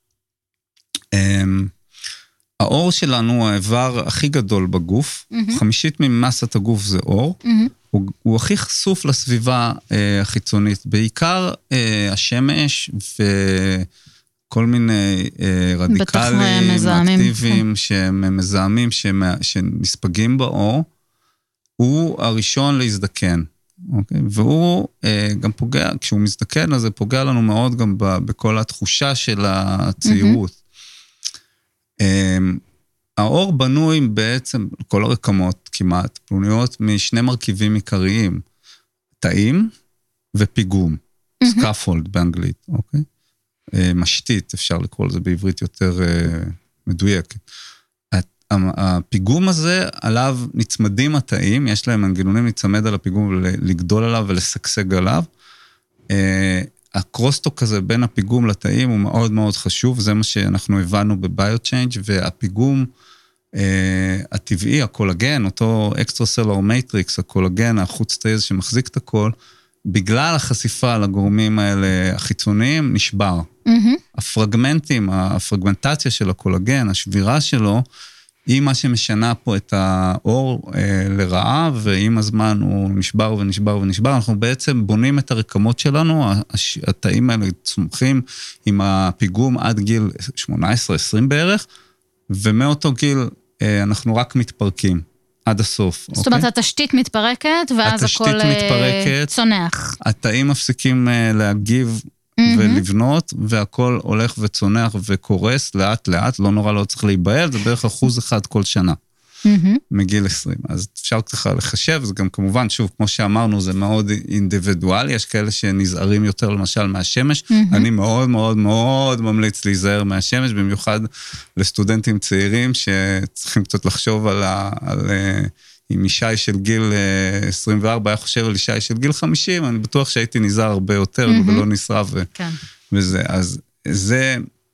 האור שלנו הוא האיבר הכי גדול בגוף, mm-hmm. חמישית ממסת הגוף זה אור, mm-hmm. הוא, הוא הכי חשוף לסביבה אה, החיצונית, בעיקר אה, השמש וכל מיני אה, רדיקלים, אקטיביים, שהם מזהמים, שנספגים באור, הוא הראשון להזדקן, אוקיי? והוא אה, גם פוגע, כשהוא מזדקן, אז זה פוגע לנו מאוד גם ב, בכל התחושה של הצעירות. Mm-hmm. האור בנוי בעצם, כל הרקמות כמעט, בנויות משני מרכיבים עיקריים, תאים ופיגום, סקאפולד באנגלית, אוקיי? משתית, אפשר לקרוא לזה בעברית יותר מדויקת. הפיגום הזה, עליו נצמדים התאים, יש להם מנגנונים להצמד על הפיגום ולגדול עליו ולסגסג עליו. הקרוסטוק הזה בין הפיגום לתאים הוא מאוד מאוד חשוב, זה מה שאנחנו הבנו בביו-צ'יינג', והפיגום אה, הטבעי, הקולגן, אותו אקסטרסלולר מטריקס, הקולגן, החוץ תאי שמחזיק את הכל, בגלל החשיפה לגורמים האלה החיצוניים, נשבר. Mm-hmm. הפרגמנטים, הפרגמנטציה של הקולגן, השבירה שלו, היא מה שמשנה פה את האור אה, לרעה, ועם הזמן הוא נשבר ונשבר ונשבר, אנחנו בעצם בונים את הרקמות שלנו, הש, התאים האלה צומחים עם הפיגום עד גיל שמונה עשרה עשרים בערך, ומאותו גיל אה, אנחנו רק מתפרקים. עד הסוף. זאת אומרת, התשתית מתפרקת, ואז הכל צונח. התאים מפסיקים להגיב ולבנות, והכל הולך וצונח וקורס לאט לאט, לא נורא לא צריך להיבהל, זה בערך אחוז אחד כל שנה. מגיל עשרים. אז אפשר ככה לחשב, זה גם כמובן, שוב, כמו שאמרנו, זה מאוד אינדיבידואלי, יש כאלה שנזהרים יותר למשל מהשמש, אני מאוד מאוד מאוד ממליץ להיזהר מהשמש, במיוחד לסטודנטים צעירים, שצריכים קצת לחשוב על, על אם אישי של גיל עשרים וארבע, היה חושב על אישי של גיל חמישים, אני בטוח שהייתי נזהר הרבה יותר, ולא נשרף וזה. אז זה,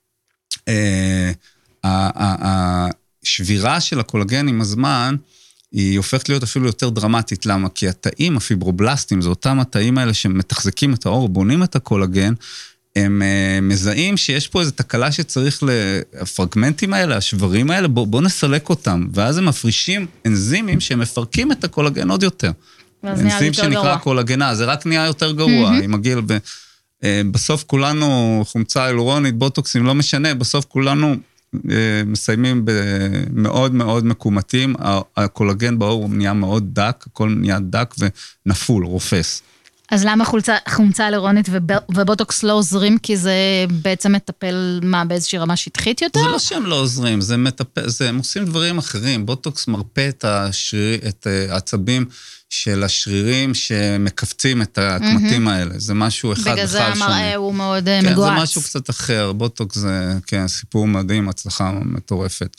השבירה של הקולגן עם הזמן, היא הופכת להיות אפילו יותר דרמטית. למה? כי התאים, הפיברובלסטים, זה אותם התאים האלה שמתחזקים את האור, בונים את הקולגן, הם מזהים שיש פה איזו תקלה שצריך לפרגמנטים האלה, השברים האלה, בוא, בוא נסלק אותם, ואז הם מפרישים אנזימים שמפרקים את הקולגן עוד יותר. אנזים שנקרא קולגנה, זה רק נהיה יותר גרוע, עם הגיל ב... בסוף כולנו חומצה הילורונית, בוטוקסים, לא משנה, בסוף כולנו מסיימים במאוד מאוד מקומתים, הקולגן באור נהיה מאוד דק, הכל נהיה דק ונפול, רופס. אז למה חומצה הילורונית ובוטוקס לא עוזרים? כי זה בעצם מטפל מה, באיזושהי רמה שטחית יותר? זה לא שהם לא עוזרים, זה מטפל, זה, הם עושים דברים אחרים. בוטוקס מרפא את השריר, את העצבים של השרירים שמקפצים את הקמטים האלה. זה משהו אחד בגלל זה המראה הוא מאוד מגועץ. כן, זה משהו קצת אחר. בוטוקס זה, כן, סיפור מדהים, הצלחה מטורפת.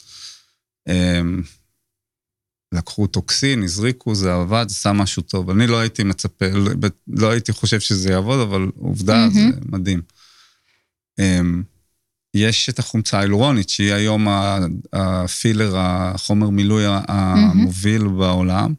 לקחו טוקסין, הזריקו, זה עבד, זה שם משהו טוב. אני לא הייתי מצפה, לא הייתי חושב שזה יעבוד, אבל עובדה, זה מדהים. יש את החומצה ההילורונית, שהיא היום הפילר, החומר מילוי המוביל בעולם,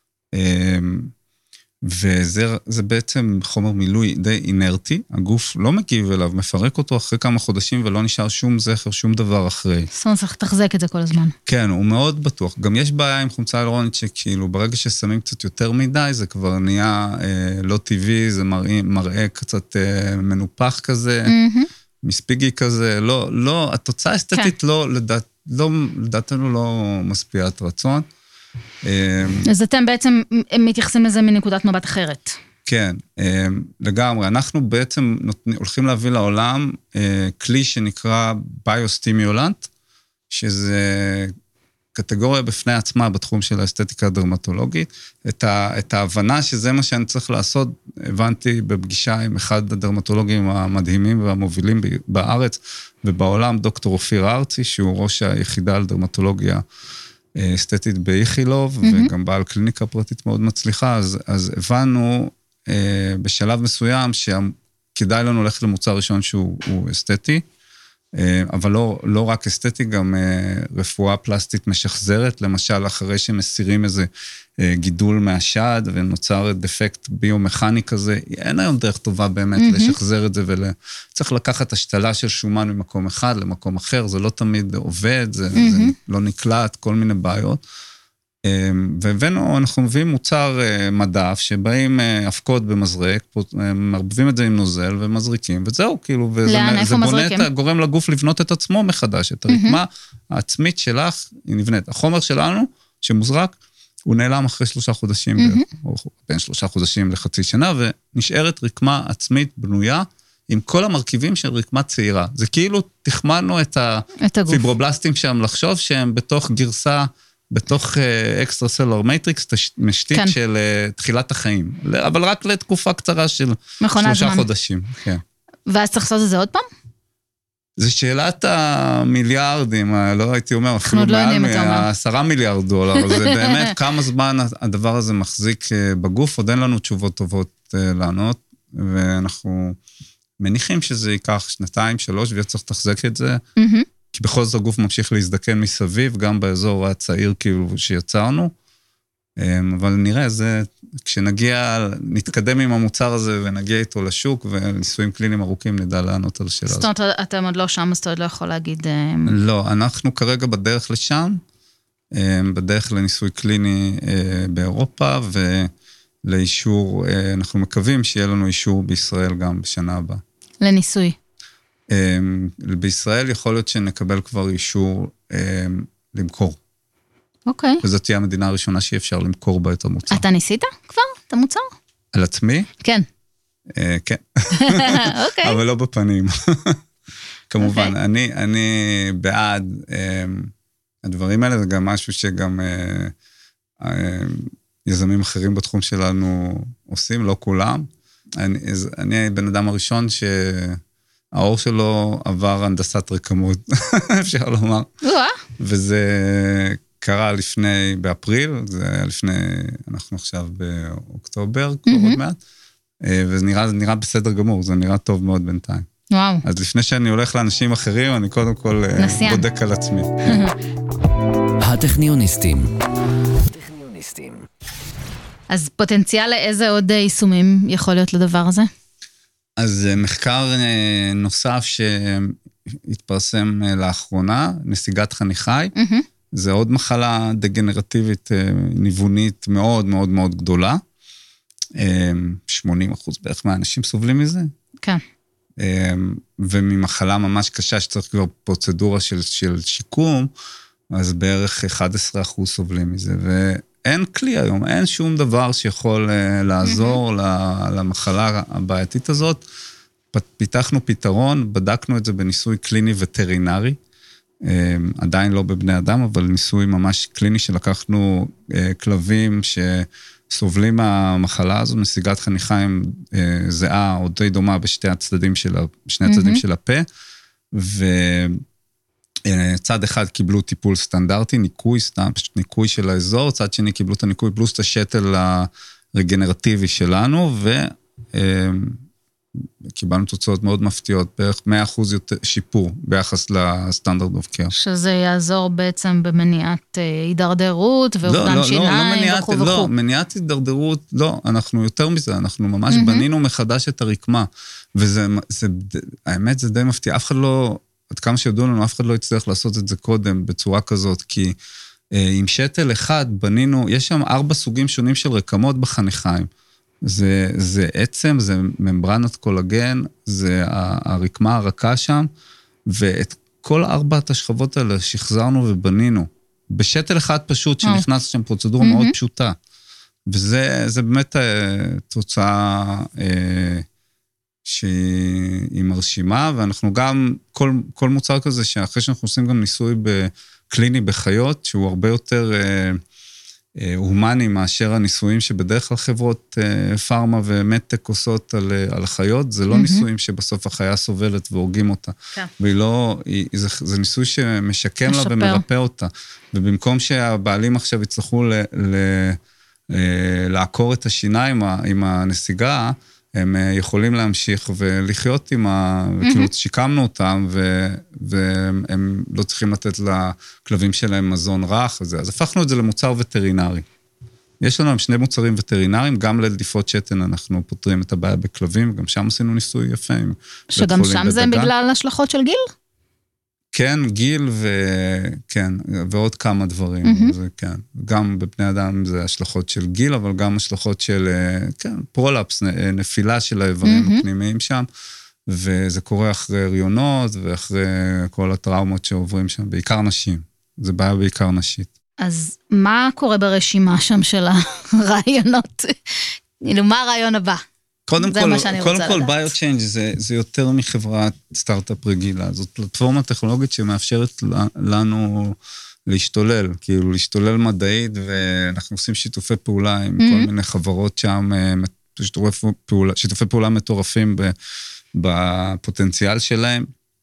וזה בעצם חומר מילוי די אינרטי, הגוף לא מגיב אליו, מפרק אותו אחרי כמה חודשים, ולא נשאר שום זכר, שום דבר אחרי. זאת אומרת, צריך לתחזק את זה כל הזמן. כן, הוא מאוד בטוח. גם יש בעיה עם חומצה הילורונית, שכאילו ברגע ששמים קצת יותר מדי, זה כבר נהיה אה, לא טבעי, זה מראה, מראה קצת אה, מנופח כזה, mm-hmm. מספיגי כזה, לא, לא, התוצאה האסתטית כן. לא, לדעת, לא, לדעתנו לא משפיעת רצון. אז אתם בעצם מתייחסים לזה מנקודת מבט אחרת. כן, לגמרי. אנחנו בעצם הולכים להביא לעולם כלי שנקרא ביוסטימיולנט, שזה קטגוריה בפני עצמה בתחום של האסתטיקה הדרמטולוגית. את, ה, את ההבנה שזה מה שאני צריך לעשות, הבנתי בפגישה עם אחד הדרמטולוגים המדהימים והמובילים בארץ ובעולם, דוקטור אופיר ארצי, שהוא ראש היחידה לדרמטולוגיה אסתטית באיכילוב, mm-hmm. וגם בעל קליניקה פרטית מאוד מצליחה, אז, אז הבנו אה, בשלב מסוים שכדאי לנו ללכת למוצר ראשון שהוא אסתטי, אה, אבל לא, לא רק אסתטי, גם אה, רפואה פלסטית משחזרת, למשל אחרי שמסירים איזה אה, גידול מהשד, ונוצר דפקט ביומכני כזה, אין היום דרך טובה באמת mm-hmm. לשחזר את זה, וצריך לקחת השתלה של שומן ממקום אחד למקום אחר, זה לא תמיד עובד, זה, mm-hmm. זה לא נקלט, כל מיני בעיות. והבאנו, אנחנו מביאים מוצר מדף, שבאים הפקות במזרק, מרבבים את זה עם נוזל ומזריקים, וזהו, כאילו, וזה בונה את, גורם לגוף לבנות את עצמו מחדש, את הרקמה העצמית שלך, היא נבנית. החומר שלנו, שמוזרק, הוא נעלם אחרי שלושה חודשים, או בין שלושה חודשים לחצי שנה, ונשארת רקמה עצמית בנויה, עם כל המרכיבים של רקמה צעירה. זה כאילו תחמנו את הפיברובלסטים שם לחשוב, שהם בתוך גרסה, בתוך אקסטרה סלולר מטריקס, משתית כן. של uh, תחילת החיים. אבל רק לתקופה קצרה של שלושה זמן. חודשים. כן. ואז צריך לעשות את זה עוד פעם? זה שאלת המיליארדים, לא הייתי אומר, אפילו לא מעל עשרה מיליארד דולר, זה באמת כמה זמן הדבר הזה מחזיק בגוף, עוד אין לנו תשובות טובות לענות, ואנחנו מניחים שזה ייקח שנתיים, שלוש, ויהיה צריך לתחזק את זה, mm-hmm. כי בכל זאת הגוף ממשיך להזדקן מסביב, גם באזור הצעיר כאילו שיצרנו, אבל נראה, זה, כשנגיע, נתקדם עם המוצר הזה, ונגיע איתו לשוק, וניסויים קליניים ארוכים נדע לענות על השאלה הזאת. זאת אומרת, אתם עוד לא שם, אז אתה עוד לא יכול להגיד... לא, אנחנו כרגע בדרך לשם, בדרך לניסוי קליני באירופה, ולאישור, אנחנו מקווים שיהיה לנו אישור בישראל גם בשנה הבאה. לניסוי. בישראל יכול להיות שנקבל כבר אישור למכור. אוקיי. וזאת תהיה המדינה הראשונה שאי אפשר למכור בה את המוצר. אתה ניסית כבר את המוצר? על עצמי? כן. כן. אוקיי. אבל לא בפנים. כמובן, אני, אני בעד, הדברים האלה זה גם משהו שגם יזמים אחרים בתחום שלנו עושים, לא כולם. אני, אני בן אדם הראשון שהאור שלו עבר הנדסת רקמות, אפשר לומר. וזה קרה לפני, באפריל, זה היה לפני, אנחנו עכשיו באוקטובר, כבר עוד מעט. וזה נראה, נראה בסדר גמור, זה נראה טוב מאוד בינתיים. וואו. אז לפני שאני הולך לאנשים אחרים, אני קודם כל נסיין. בודק על עצמי. הטכניוניסטים. אז פוטנציאל לאיזה עוד יישומים יכול להיות לדבר הזה? אז מחקר נוסף שהתפרסם לאחרונה, נסיגת חניכי, mm-hmm. זה עוד מחלה דגנרטיבית ניוונית מאוד מאוד מאוד גדולה. שמונים אחוז בערך מהאנשים סובלים מזה. כן. וממחלה ממש קשה שצריך כבר פרוצדורה של, של שיקום, אז בערך אחד עשר אחוז סובלים מזה. ואין כלי היום, אין שום דבר שיכול לעזור למחלה הבעייתית הזאת. פיתחנו פתרון, בדקנו את זה בניסוי קליני וטרינרי, עדיין לא בבני אדם, אבל ניסוי ממש קליני שלקחנו כלבים ש... סובלים מהמחלה הזו, נסיגת חניכיים זהה או די דומה בשתי הצדדים של, בשני הצדדים של הפה, וצד אחד קיבלו טיפול סטנדרטי, ניקוי, סתם, פשוט ניקוי של האזור, צד שני קיבלו את הניקוי פלוס את השתל הרגנרטיבי שלנו, וקיבלנו תוצאות מאוד מפתיעות, בערך מאה אחוז יותר שיפור ביחס לסטנדרט אוף קר. שזה יעזור בעצם במניעת הידרדרות ואובדן לא, שיניים לא, לא, וכו' לא, וכו'. לא, מניעת הידרדרות, לא, אנחנו יותר מזה, אנחנו ממש mm-hmm. בנינו מחדש את הרקמה, וזה, זה, האמת זה די מפתיע, אף אחד לא, עד כמה שידעו לנו, אף אחד לא יצטרך לעשות את זה קודם בצורה כזאת, כי אה, עם שתל אחד בנינו, יש שם ארבע סוגים שונים של רקמות בחניכיים, זה, זה עצם, זה ממברנת קולגן, זה הרקמה הרכה שם, ואת כל ארבעת השכבות האלה שחזרנו ובנינו, בשתל אחד פשוט שנכנס שם פרוצדורה מאוד פשוטה, וזה זה באמת תוצאה שהיא מרשימה, ואנחנו גם, כל, כל מוצר כזה, שאחרי שאנחנו עושים גם ניסוי בקליני בחיות, שהוא הרבה יותר הומני מאשר הניסויים שבדרך כלל חברות פארמה ומטק עושות על, על החיות, זה לא mm-hmm. ניסויים שבסוף החיה סובלת והורגים אותה. כן. והיא לא, היא, זה, זה ניסוי שמשקם לה ומרפא אותה. ובמקום שהבעלים עכשיו יצטרכו ל, ל, לעקור את השיניים עם הנסיגה, הם יכולים להמשיך ולחיות עם ה... Mm-hmm. כאילו שיקמנו אותם, ו... והם לא צריכים לתת לכלבים שלהם מזון רך, וזה. אז הפכנו את זה למוצר וטרינרי. יש לנו שני מוצרים וטרינריים, גם לדליפות שתן אנחנו פותרים את הבעיה בכלבים, גם שם עשינו ניסוי יפה. שגם שם בדגן. זה בגלל השלכות של גיל? כן, גיל וכן, ועוד כמה דברים. Mm-hmm. זה, כן. גם בבני אדם זה השלכות של גיל, אבל גם השלכות של, כן, פרולפס, נפילה של האיברים mm-hmm. הפנימיים שם, וזה קורה אחרי הריונות, ואחרי כל הטראומות שעוברים שם, בעיקר נשים. זה בעיה בעיקר נשית. אז מה קורה ברשימה שם של הרעיונות? כאילו, מה הרעיון הבא? קודם כל, קודם כל, ביוצ'יינג' זה, זה יותר מחברת סטארט-אפ רגילה. זאת פלטפורמה טכנולוגית שמאפשרת לנו להשתולל, כאילו להשתולל מדעית, ואנחנו עושים שיתופי פעולה עם mm-hmm. כל מיני חברות שם, שיתופי פעולה, שיתופי פעולה מטורפים בפוטנציאל שלהם.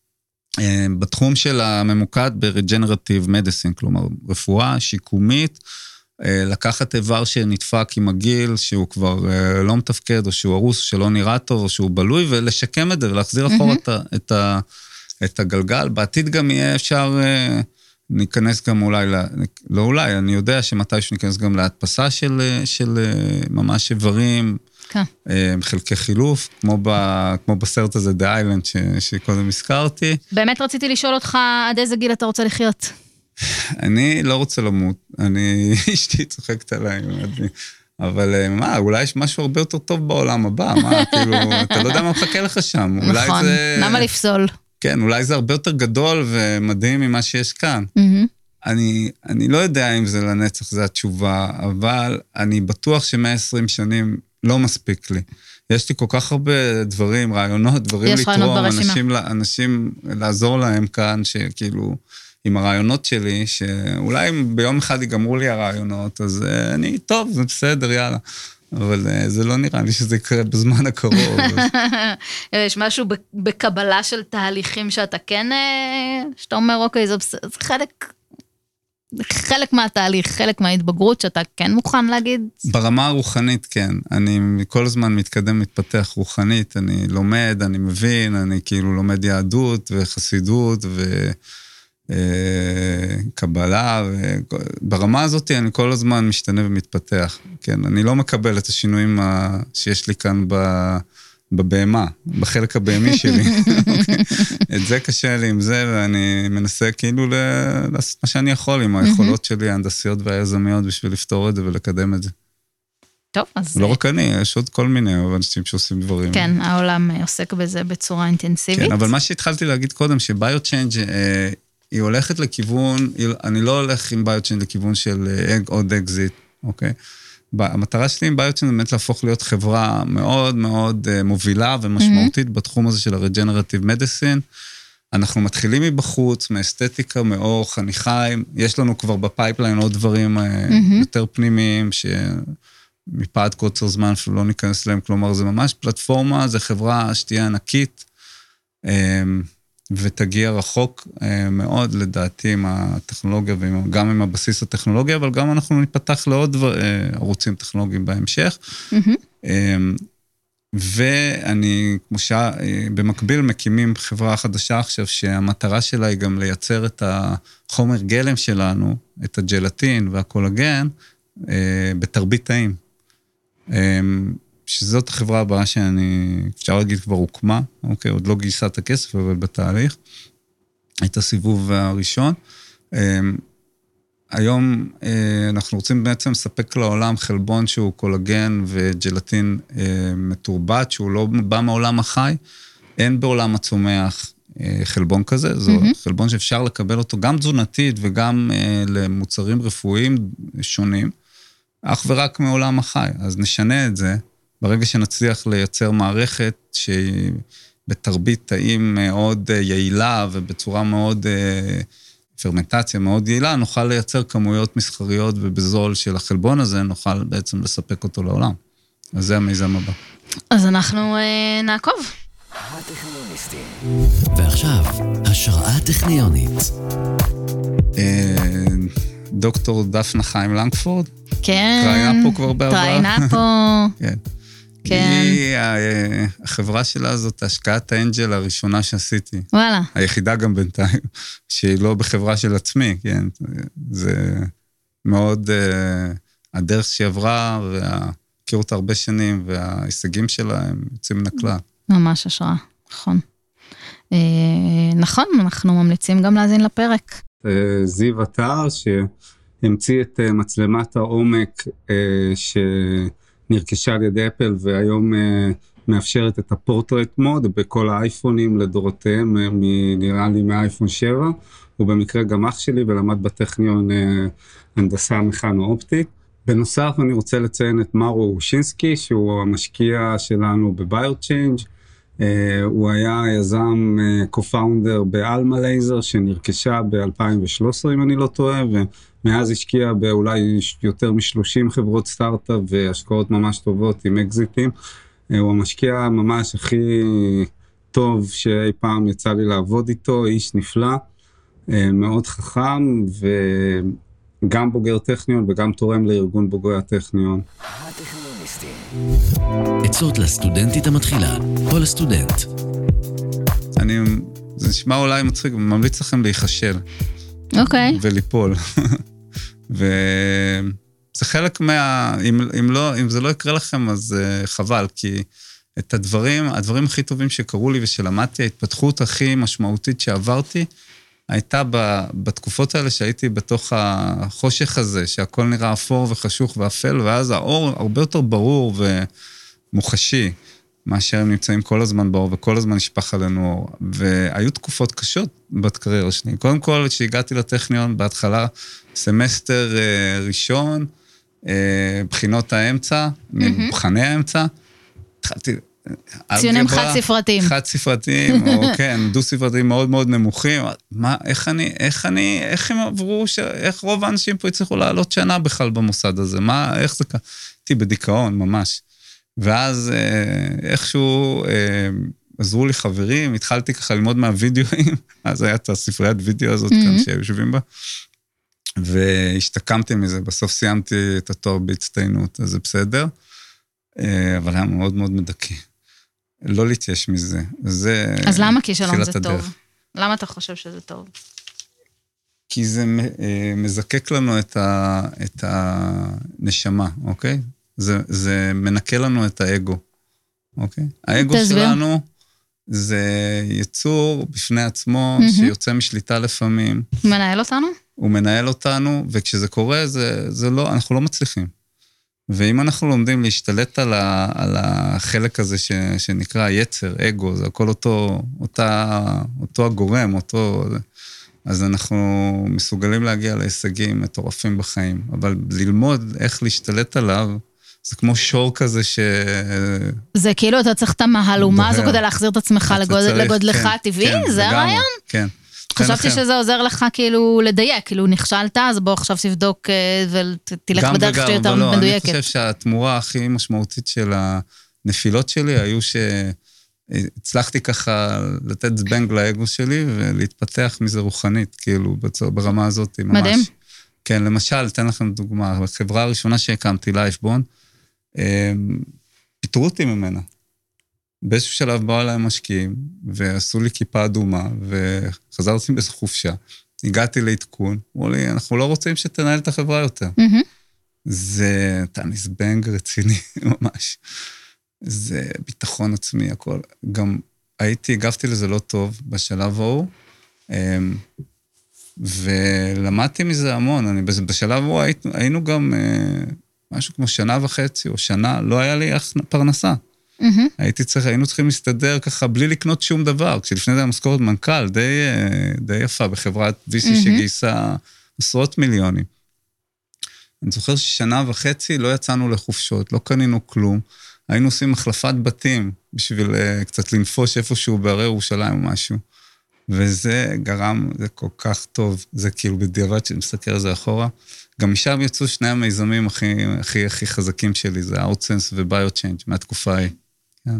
בתחום של הממוקד ב-regenerative medicine, כלומר, רפואה שיקומית, לקחת איבר שנדפק עם הגיל, שהוא כבר לא מתפקד, או שהוא הרוס, שלא נראה טוב, או שהוא בלוי, ולשקם את זה, ולהחזיר אחורה mm-hmm. את, את, ה, את הגלגל. בעתיד גם יהיה אפשר, ניכנס גם אולי, לא אולי, אני יודע שמתישהו ניכנס גם להדפסה של, של ממש איברים, כן. חלקי חילוף, כמו, ב, כמו בסרט הזה, The Island, ש, שקודם הזכרתי. באמת רציתי לשאול אותך, עד איזה גיל אתה רוצה לחיות? אני לא רוצה למות, אני, אשתי צוחקת עליי, אבל מה, אולי יש משהו הרבה יותר טוב בעולם הבא, מה, כאילו, אתה לא יודע מה מחכה לך שם, אולי נכון, זה... למה לפסול? כן, אולי זה הרבה יותר גדול ומדהים ממה שיש כאן. אני, אני לא יודע אם זה לנצח, זה התשובה, אבל אני בטוח ש-מאה ועשרים שנים לא מספיק לי. יש לי כל כך הרבה דברים, רעיונות, דברים לתרום, אנשים, אנשים לעזור להם כאן, שכאילו, עם הרעיונות שלי, שאולי ביום אחד ייגמרו לי הרעיונות, אז אני, טוב, זה בסדר, יאללה. אבל זה לא נראה לי שזה יקרה בזמן הקרוב. יש משהו בקבלה של תהליכים שאתה כן, שאתה אומר, אוקיי, זה חלק... חלק מהתהליך, חלק מההתבגרות שאתה כן מוכן להגיד? ברמה הרוחנית, כן. אני כל הזמן מתקדם, מתפתח רוחנית, אני לומד, אני מבין, אני כאילו לומד יהדות וחסידות וקבלה, ברמה הזאת אני כל הזמן משתנה ומתפתח. כן, אני לא מקבל את השינויים שיש לי כאן ב... בבהמה, בחלק הבהמי שלי. את זה קשה לי עם זה, ואני מנסה כאילו לעשות מה שאני יכול עם היכולות שלי, ההנדסיות והיזמיות, בשביל לפתור את זה ולקדם את זה. טוב, אז... לא רק אני, יש עוד כל מיני אנשים שעושים דברים. כן, העולם עוסק בזה בצורה אינטנסיבית. כן, אבל מה שהתחלתי להגיד קודם, שביוצ'יינג' היא הולכת לכיוון, אני לא הולך עם ביוצ'יינג' לכיוון של עוד אקזיט, אוקיי? המטרה שלי עם ביוצ'יינג' באמת להפוך להיות חברה מאוד מאוד מובילה ומשמעותית בתחום הזה של ה-Regenerative Medicine. אנחנו מתחילים מבחוץ, מאסתטיקה, מאור, חניכיים. יש לנו כבר בפייפליין עוד דברים יותר פנימיים, שמפעד קוצר זמן אפילו לא ניכנס להם. כלומר, זה ממש פלטפורמה, זה חברה שתהיה ענקית, ותגיע רחוק מאוד, לדעתי, עם הטכנולוגיה, וגם עם הבסיס הטכנולוגיה, אבל גם אנחנו נפתח לעוד ערוצים טכנולוגיים בהמשך. ואני, כמו שבמקביל מקימים חברה חדשה עכשיו, שהמטרה שלה היא גם לייצר את החומר גלם שלנו, את הג'לטין והקולגן, בתרבית תאים. שזאת החברה הבאה שאני, אפשר להגיד, כבר הוקמה, אוקיי, עוד לא גייסה את הכסף, אבל בתהליך, הייתה סיבוב הראשון. היום אנחנו רוצים בעצם לספק לעולם חלבון שהוא קולגן וג'לטין מתורבת, שהוא לא בא מעולם החי, אין בעולם הצומח חלבון כזה, זו חלבון שאפשר לקבל אותו גם תזונתית וגם למוצרים רפואיים שונים, אך ורק מעולם החי, אז נשנה את זה, ברגע שנצליח לייצר מערכת שהיא בתרבית תאים מאוד יעילה ובצורה מאוד, פרמנטציה מאוד יעילה, נוכל לייצר כמויות מסחריות ובזול של החלבון הזה, נוכל בעצם לספק אותו לעולם. אז זה המיזם הבא. אז אנחנו אה, נעקוב. ועכשיו, השראה טכניונית. אה, דוקטור דפנה חיים לנגפורד. כן. התראיינה פה כבר בעבר. התראיינה פה. כן. כן. היא, החברה שלה זאת השקעת האנג'ל הראשונה שעשיתי. וואלה. היחידה גם בינתיים, שהיא לא בחברה של עצמי, כן. זה מאוד, הדרך שהיא עברה, והכירו אותה הרבה שנים, וההישגים שלה הם יוצאים מן הכלל. ממש השראה, נכון. נכון, אנחנו ממליצים גם להאזין לפרק. זיו עטר, שהמציא את מצלמת העומק, ש... נרכשה על ידי אפל, והיום מאפשרת את הפורטרט מוד בכל האייפונים לדורותיהם, נראה לי מהאייפון שבע, הוא במקרה גם אח שלי, ולמד בטכניון הנדסה מכנו-אופטית. בנוסף, אני רוצה לציין את מרו אושינסקי, שהוא המשקיע שלנו בביוצ'יינג'. הוא היה יזם קו-פאונדר באלמה לייזר, שנרכשה ב-אלפיים ושלוש עשרה, אם אני לא טועה, ומאז השקיע באולי יותר מ-שלושים חברות סטארט-אפ, והשקעות ממש טובות עם אקזיטים. הוא המשקיע ממש הכי טוב שאי פעם יצא לי לעבוד איתו, איש נפלא, מאוד חכם, וגם בוגר טכניון, וגם תורם לארגון בוגרי הטכניון. עצות לסטודנטית המתחילה, או לסטודנט. אני, זה נשמע אולי מצחיק, ממליץ לכם להיחשל. אוקיי. וליפול. וזה חלק מה, אם, אם לא, אם זה לא יקרה לכם, אז uh, חבל, כי את הדברים, הדברים הכי טובים שקרו לי ושלמדתי, ההתפתחות הכי משמעותית שעברתי, הייתה בתקופות האלה שהייתי בתוך החושך הזה, שהכל נראה אפור וחשוך ואפל, ואז האור הרבה יותר ברור ומוחשי. מאשר הם נמצאים כל הזמן באור, וכל הזמן נשפך עלינו אור. והיו תקופות קשות בקריירה שלי. קודם כל, כשהגעתי לטכניון, בהתחלה, סמסטר ראשון, בחינות האמצע, מבחני האמצע, התחלתי... ציונים חד ספרתיים. חד ספרתיים, או כן, דו ספרתיים מאוד מאוד נמוכים. מה, איך אני, איך אני, איך הם עברו, איך רוב האנשים פה יצטרכו לעלות שנה בכלל במוסד הזה? מה, איך זה ככה? הייתי בדיכאון ממש. ואז איכשהו עזרו לי חברים, התחלתי ככה ללמוד מהווידאוים, אז היה את הספריית וידאו הזאת כאן שיושבים בה, והשתקמתי מזה, בסוף סיימתי את התואר בהצטיינות, אז זה בסדר, אבל היה מאוד מאוד מדכא. לא להתייש מזה. זה אז למה כישלון זה טוב? למה אתה חושב שזה טוב? כי זה מזקק לנו את, ה, את הנשמה, אוקיי? זה, זה מנקה לנו את האגו, אוקיי? האגו תסביר. שלנו זה יצור בפני עצמו, mm-hmm. שיוצא משליטה לפעמים. הוא מנהל אותנו? הוא מנהל אותנו, וכשזה קורה, זה, זה לא, אנחנו לא מצליחים. ואם אנחנו לומדים להשתלט על, ה, על החלק הזה ש, שנקרא יצר, אגו, זה הכל אותו, אותה, אותו הגורם, אותו... אז אנחנו מסוגלים להגיע להישגים מטורפים בחיים, אבל ללמוד איך להשתלט עליו, זה כמו שור כזה ש... זה כאילו אתה צריך את המהלומה הזו כדי להחזיר את עצמך לגודלך הטבעי, זה הרעיון? כן. חשבתי שזה עוזר לך כאילו לדייק, כאילו נכשלת, אז בוא עכשיו תבדוק ותלך בדרך שלי יותר מדויקת. אני חושב שהתמורה הכי משמעותית של הנפילות שלי היו שהצלחתי ככה לתת זבנג לאגו שלי ולהתפתח מזה רוחנית, כאילו ברמה הזאת ממש. מדהים. כן, למשל, אתן לכם דוגמה, החברה הראשונה שהקמתי, לייפבון, פיתרו אותי ממנה. באיזשהו שלב באו אליי משקיעים, ועשו לי כיפה אדומה, וחזרתי באיזו חופשה. הגעתי להתקון, אמרו לי, אנחנו לא רוצים שתנהל את החברה יותר. זה נתן זבנג רציני ממש. זה ביטחון עצמי, הכל. גם הייתי, הגבתי לזה לא טוב בשלב ההוא, ולמדתי מזה המון. אני, בשלב ההוא היינו גם משהו כמו שנה וחצי, או שנה, לא היה לי פרנסה. Mm-hmm. הייתי צריך, היינו צריכים להסתדר ככה בלי לקנות שום דבר, כשלפני זה המשכורת מנכ"ל, די, די יפה בחברת וי סי mm-hmm. שגייסה עשרות מיליונים. אני זוכר ששנה וחצי לא יצאנו לחופשות, לא קנינו כלום, היינו עושים החלפת בתים בשביל uh, קצת לנפוש איפשהו בערי ירושלים או משהו, וזה גרם, זה כל כך טוב, זה כאילו בדיעבד שמסתכל על זה אחורה, גם משם יצאו שני המיזמים הכי, הכי, הכי חזקים שלי, זה Outsense ו-BioChange מהתקופה ההיא. כן.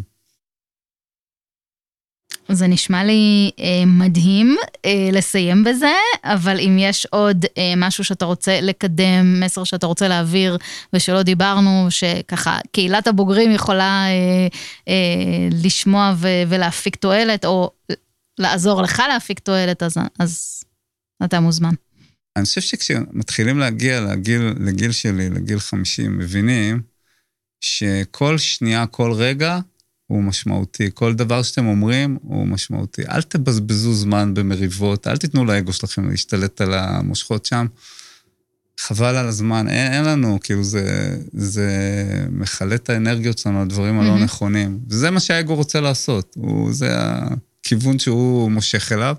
זה נשמע לי אה, מדהים אה, לסיים בזה, אבל אם יש עוד אה, משהו שאתה רוצה לקדם, מסר שאתה רוצה להעביר, ושלא דיברנו, שככה קהילת הבוגרים יכולה אה, אה, לשמוע ו- ולהפיק תועלת, או לעזור לך להפיק תועלת, אז, אז אתה מוזמן. אני חושב שכשמתחילים להגיע לגיל, לגיל שלי, לגיל חמישים, מבינים שכל שנייה, כל רגע הוא משמעותי. כל דבר שאתם אומרים הוא משמעותי. אל תבזבזו זמן במריבות, אל תיתנו לאגו שלכם להשתלט על המושכות שם. חבל על הזמן, אין, אין לנו, כאילו זה, זה מחלט את האנרגיות שלנו, הדברים הלא נכונים. וזה מה שהאגו רוצה לעשות. הוא, זה הכיוון שהוא מושך אליו.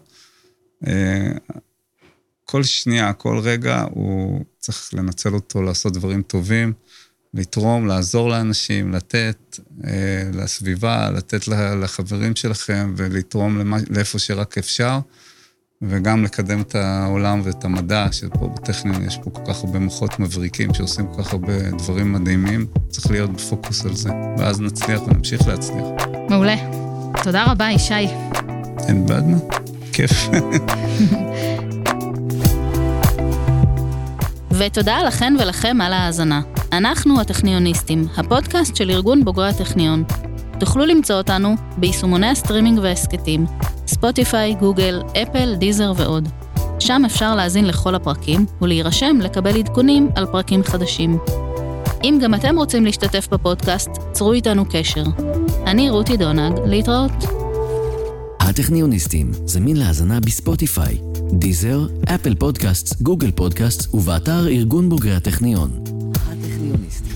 כל שנייה, כל רגע, הוא צריך לנצל אותו, לעשות דברים טובים, לתרום, לעזור לאנשים, לתת אה, לסביבה, לתת לחברים שלכם, ולתרום למה, לאיפה שרק אפשר, וגם לקדם את העולם ואת המדע, שפה בטכניון יש פה כל כך הרבה מוחות מבריקים, שעושים כל כך הרבה דברים מדהימים, צריך להיות בפוקוס על זה, ואז נצליח ונמשיך להצליח. מעולה. תודה רבה, ישי. אין בעד מה? כיף. ותודה לכן ולכם על ההאזנה. אנחנו הטכניוניסטים, הפודקאסט של ארגון בוגרי הטכניון. תוכלו למצוא אותנו ביישומוני הסטרימינג והסקטים, ספוטיפיי, גוגל, אפל, דיזר ועוד. שם אפשר להאזין לכל הפרקים ולהירשם לקבל עדכונים על פרקים חדשים. אם גם אתם רוצים להשתתף בפודקאסט, צרו איתנו קשר. אני רותי דונג, להתראות. הטכניוניסטים זמין להאזנה בספוטיפיי, דיזר, אפל פודקאסט, גוגל פודקאסט ובאתר ארגון בוגרי הטכניון. הטכניוניסטים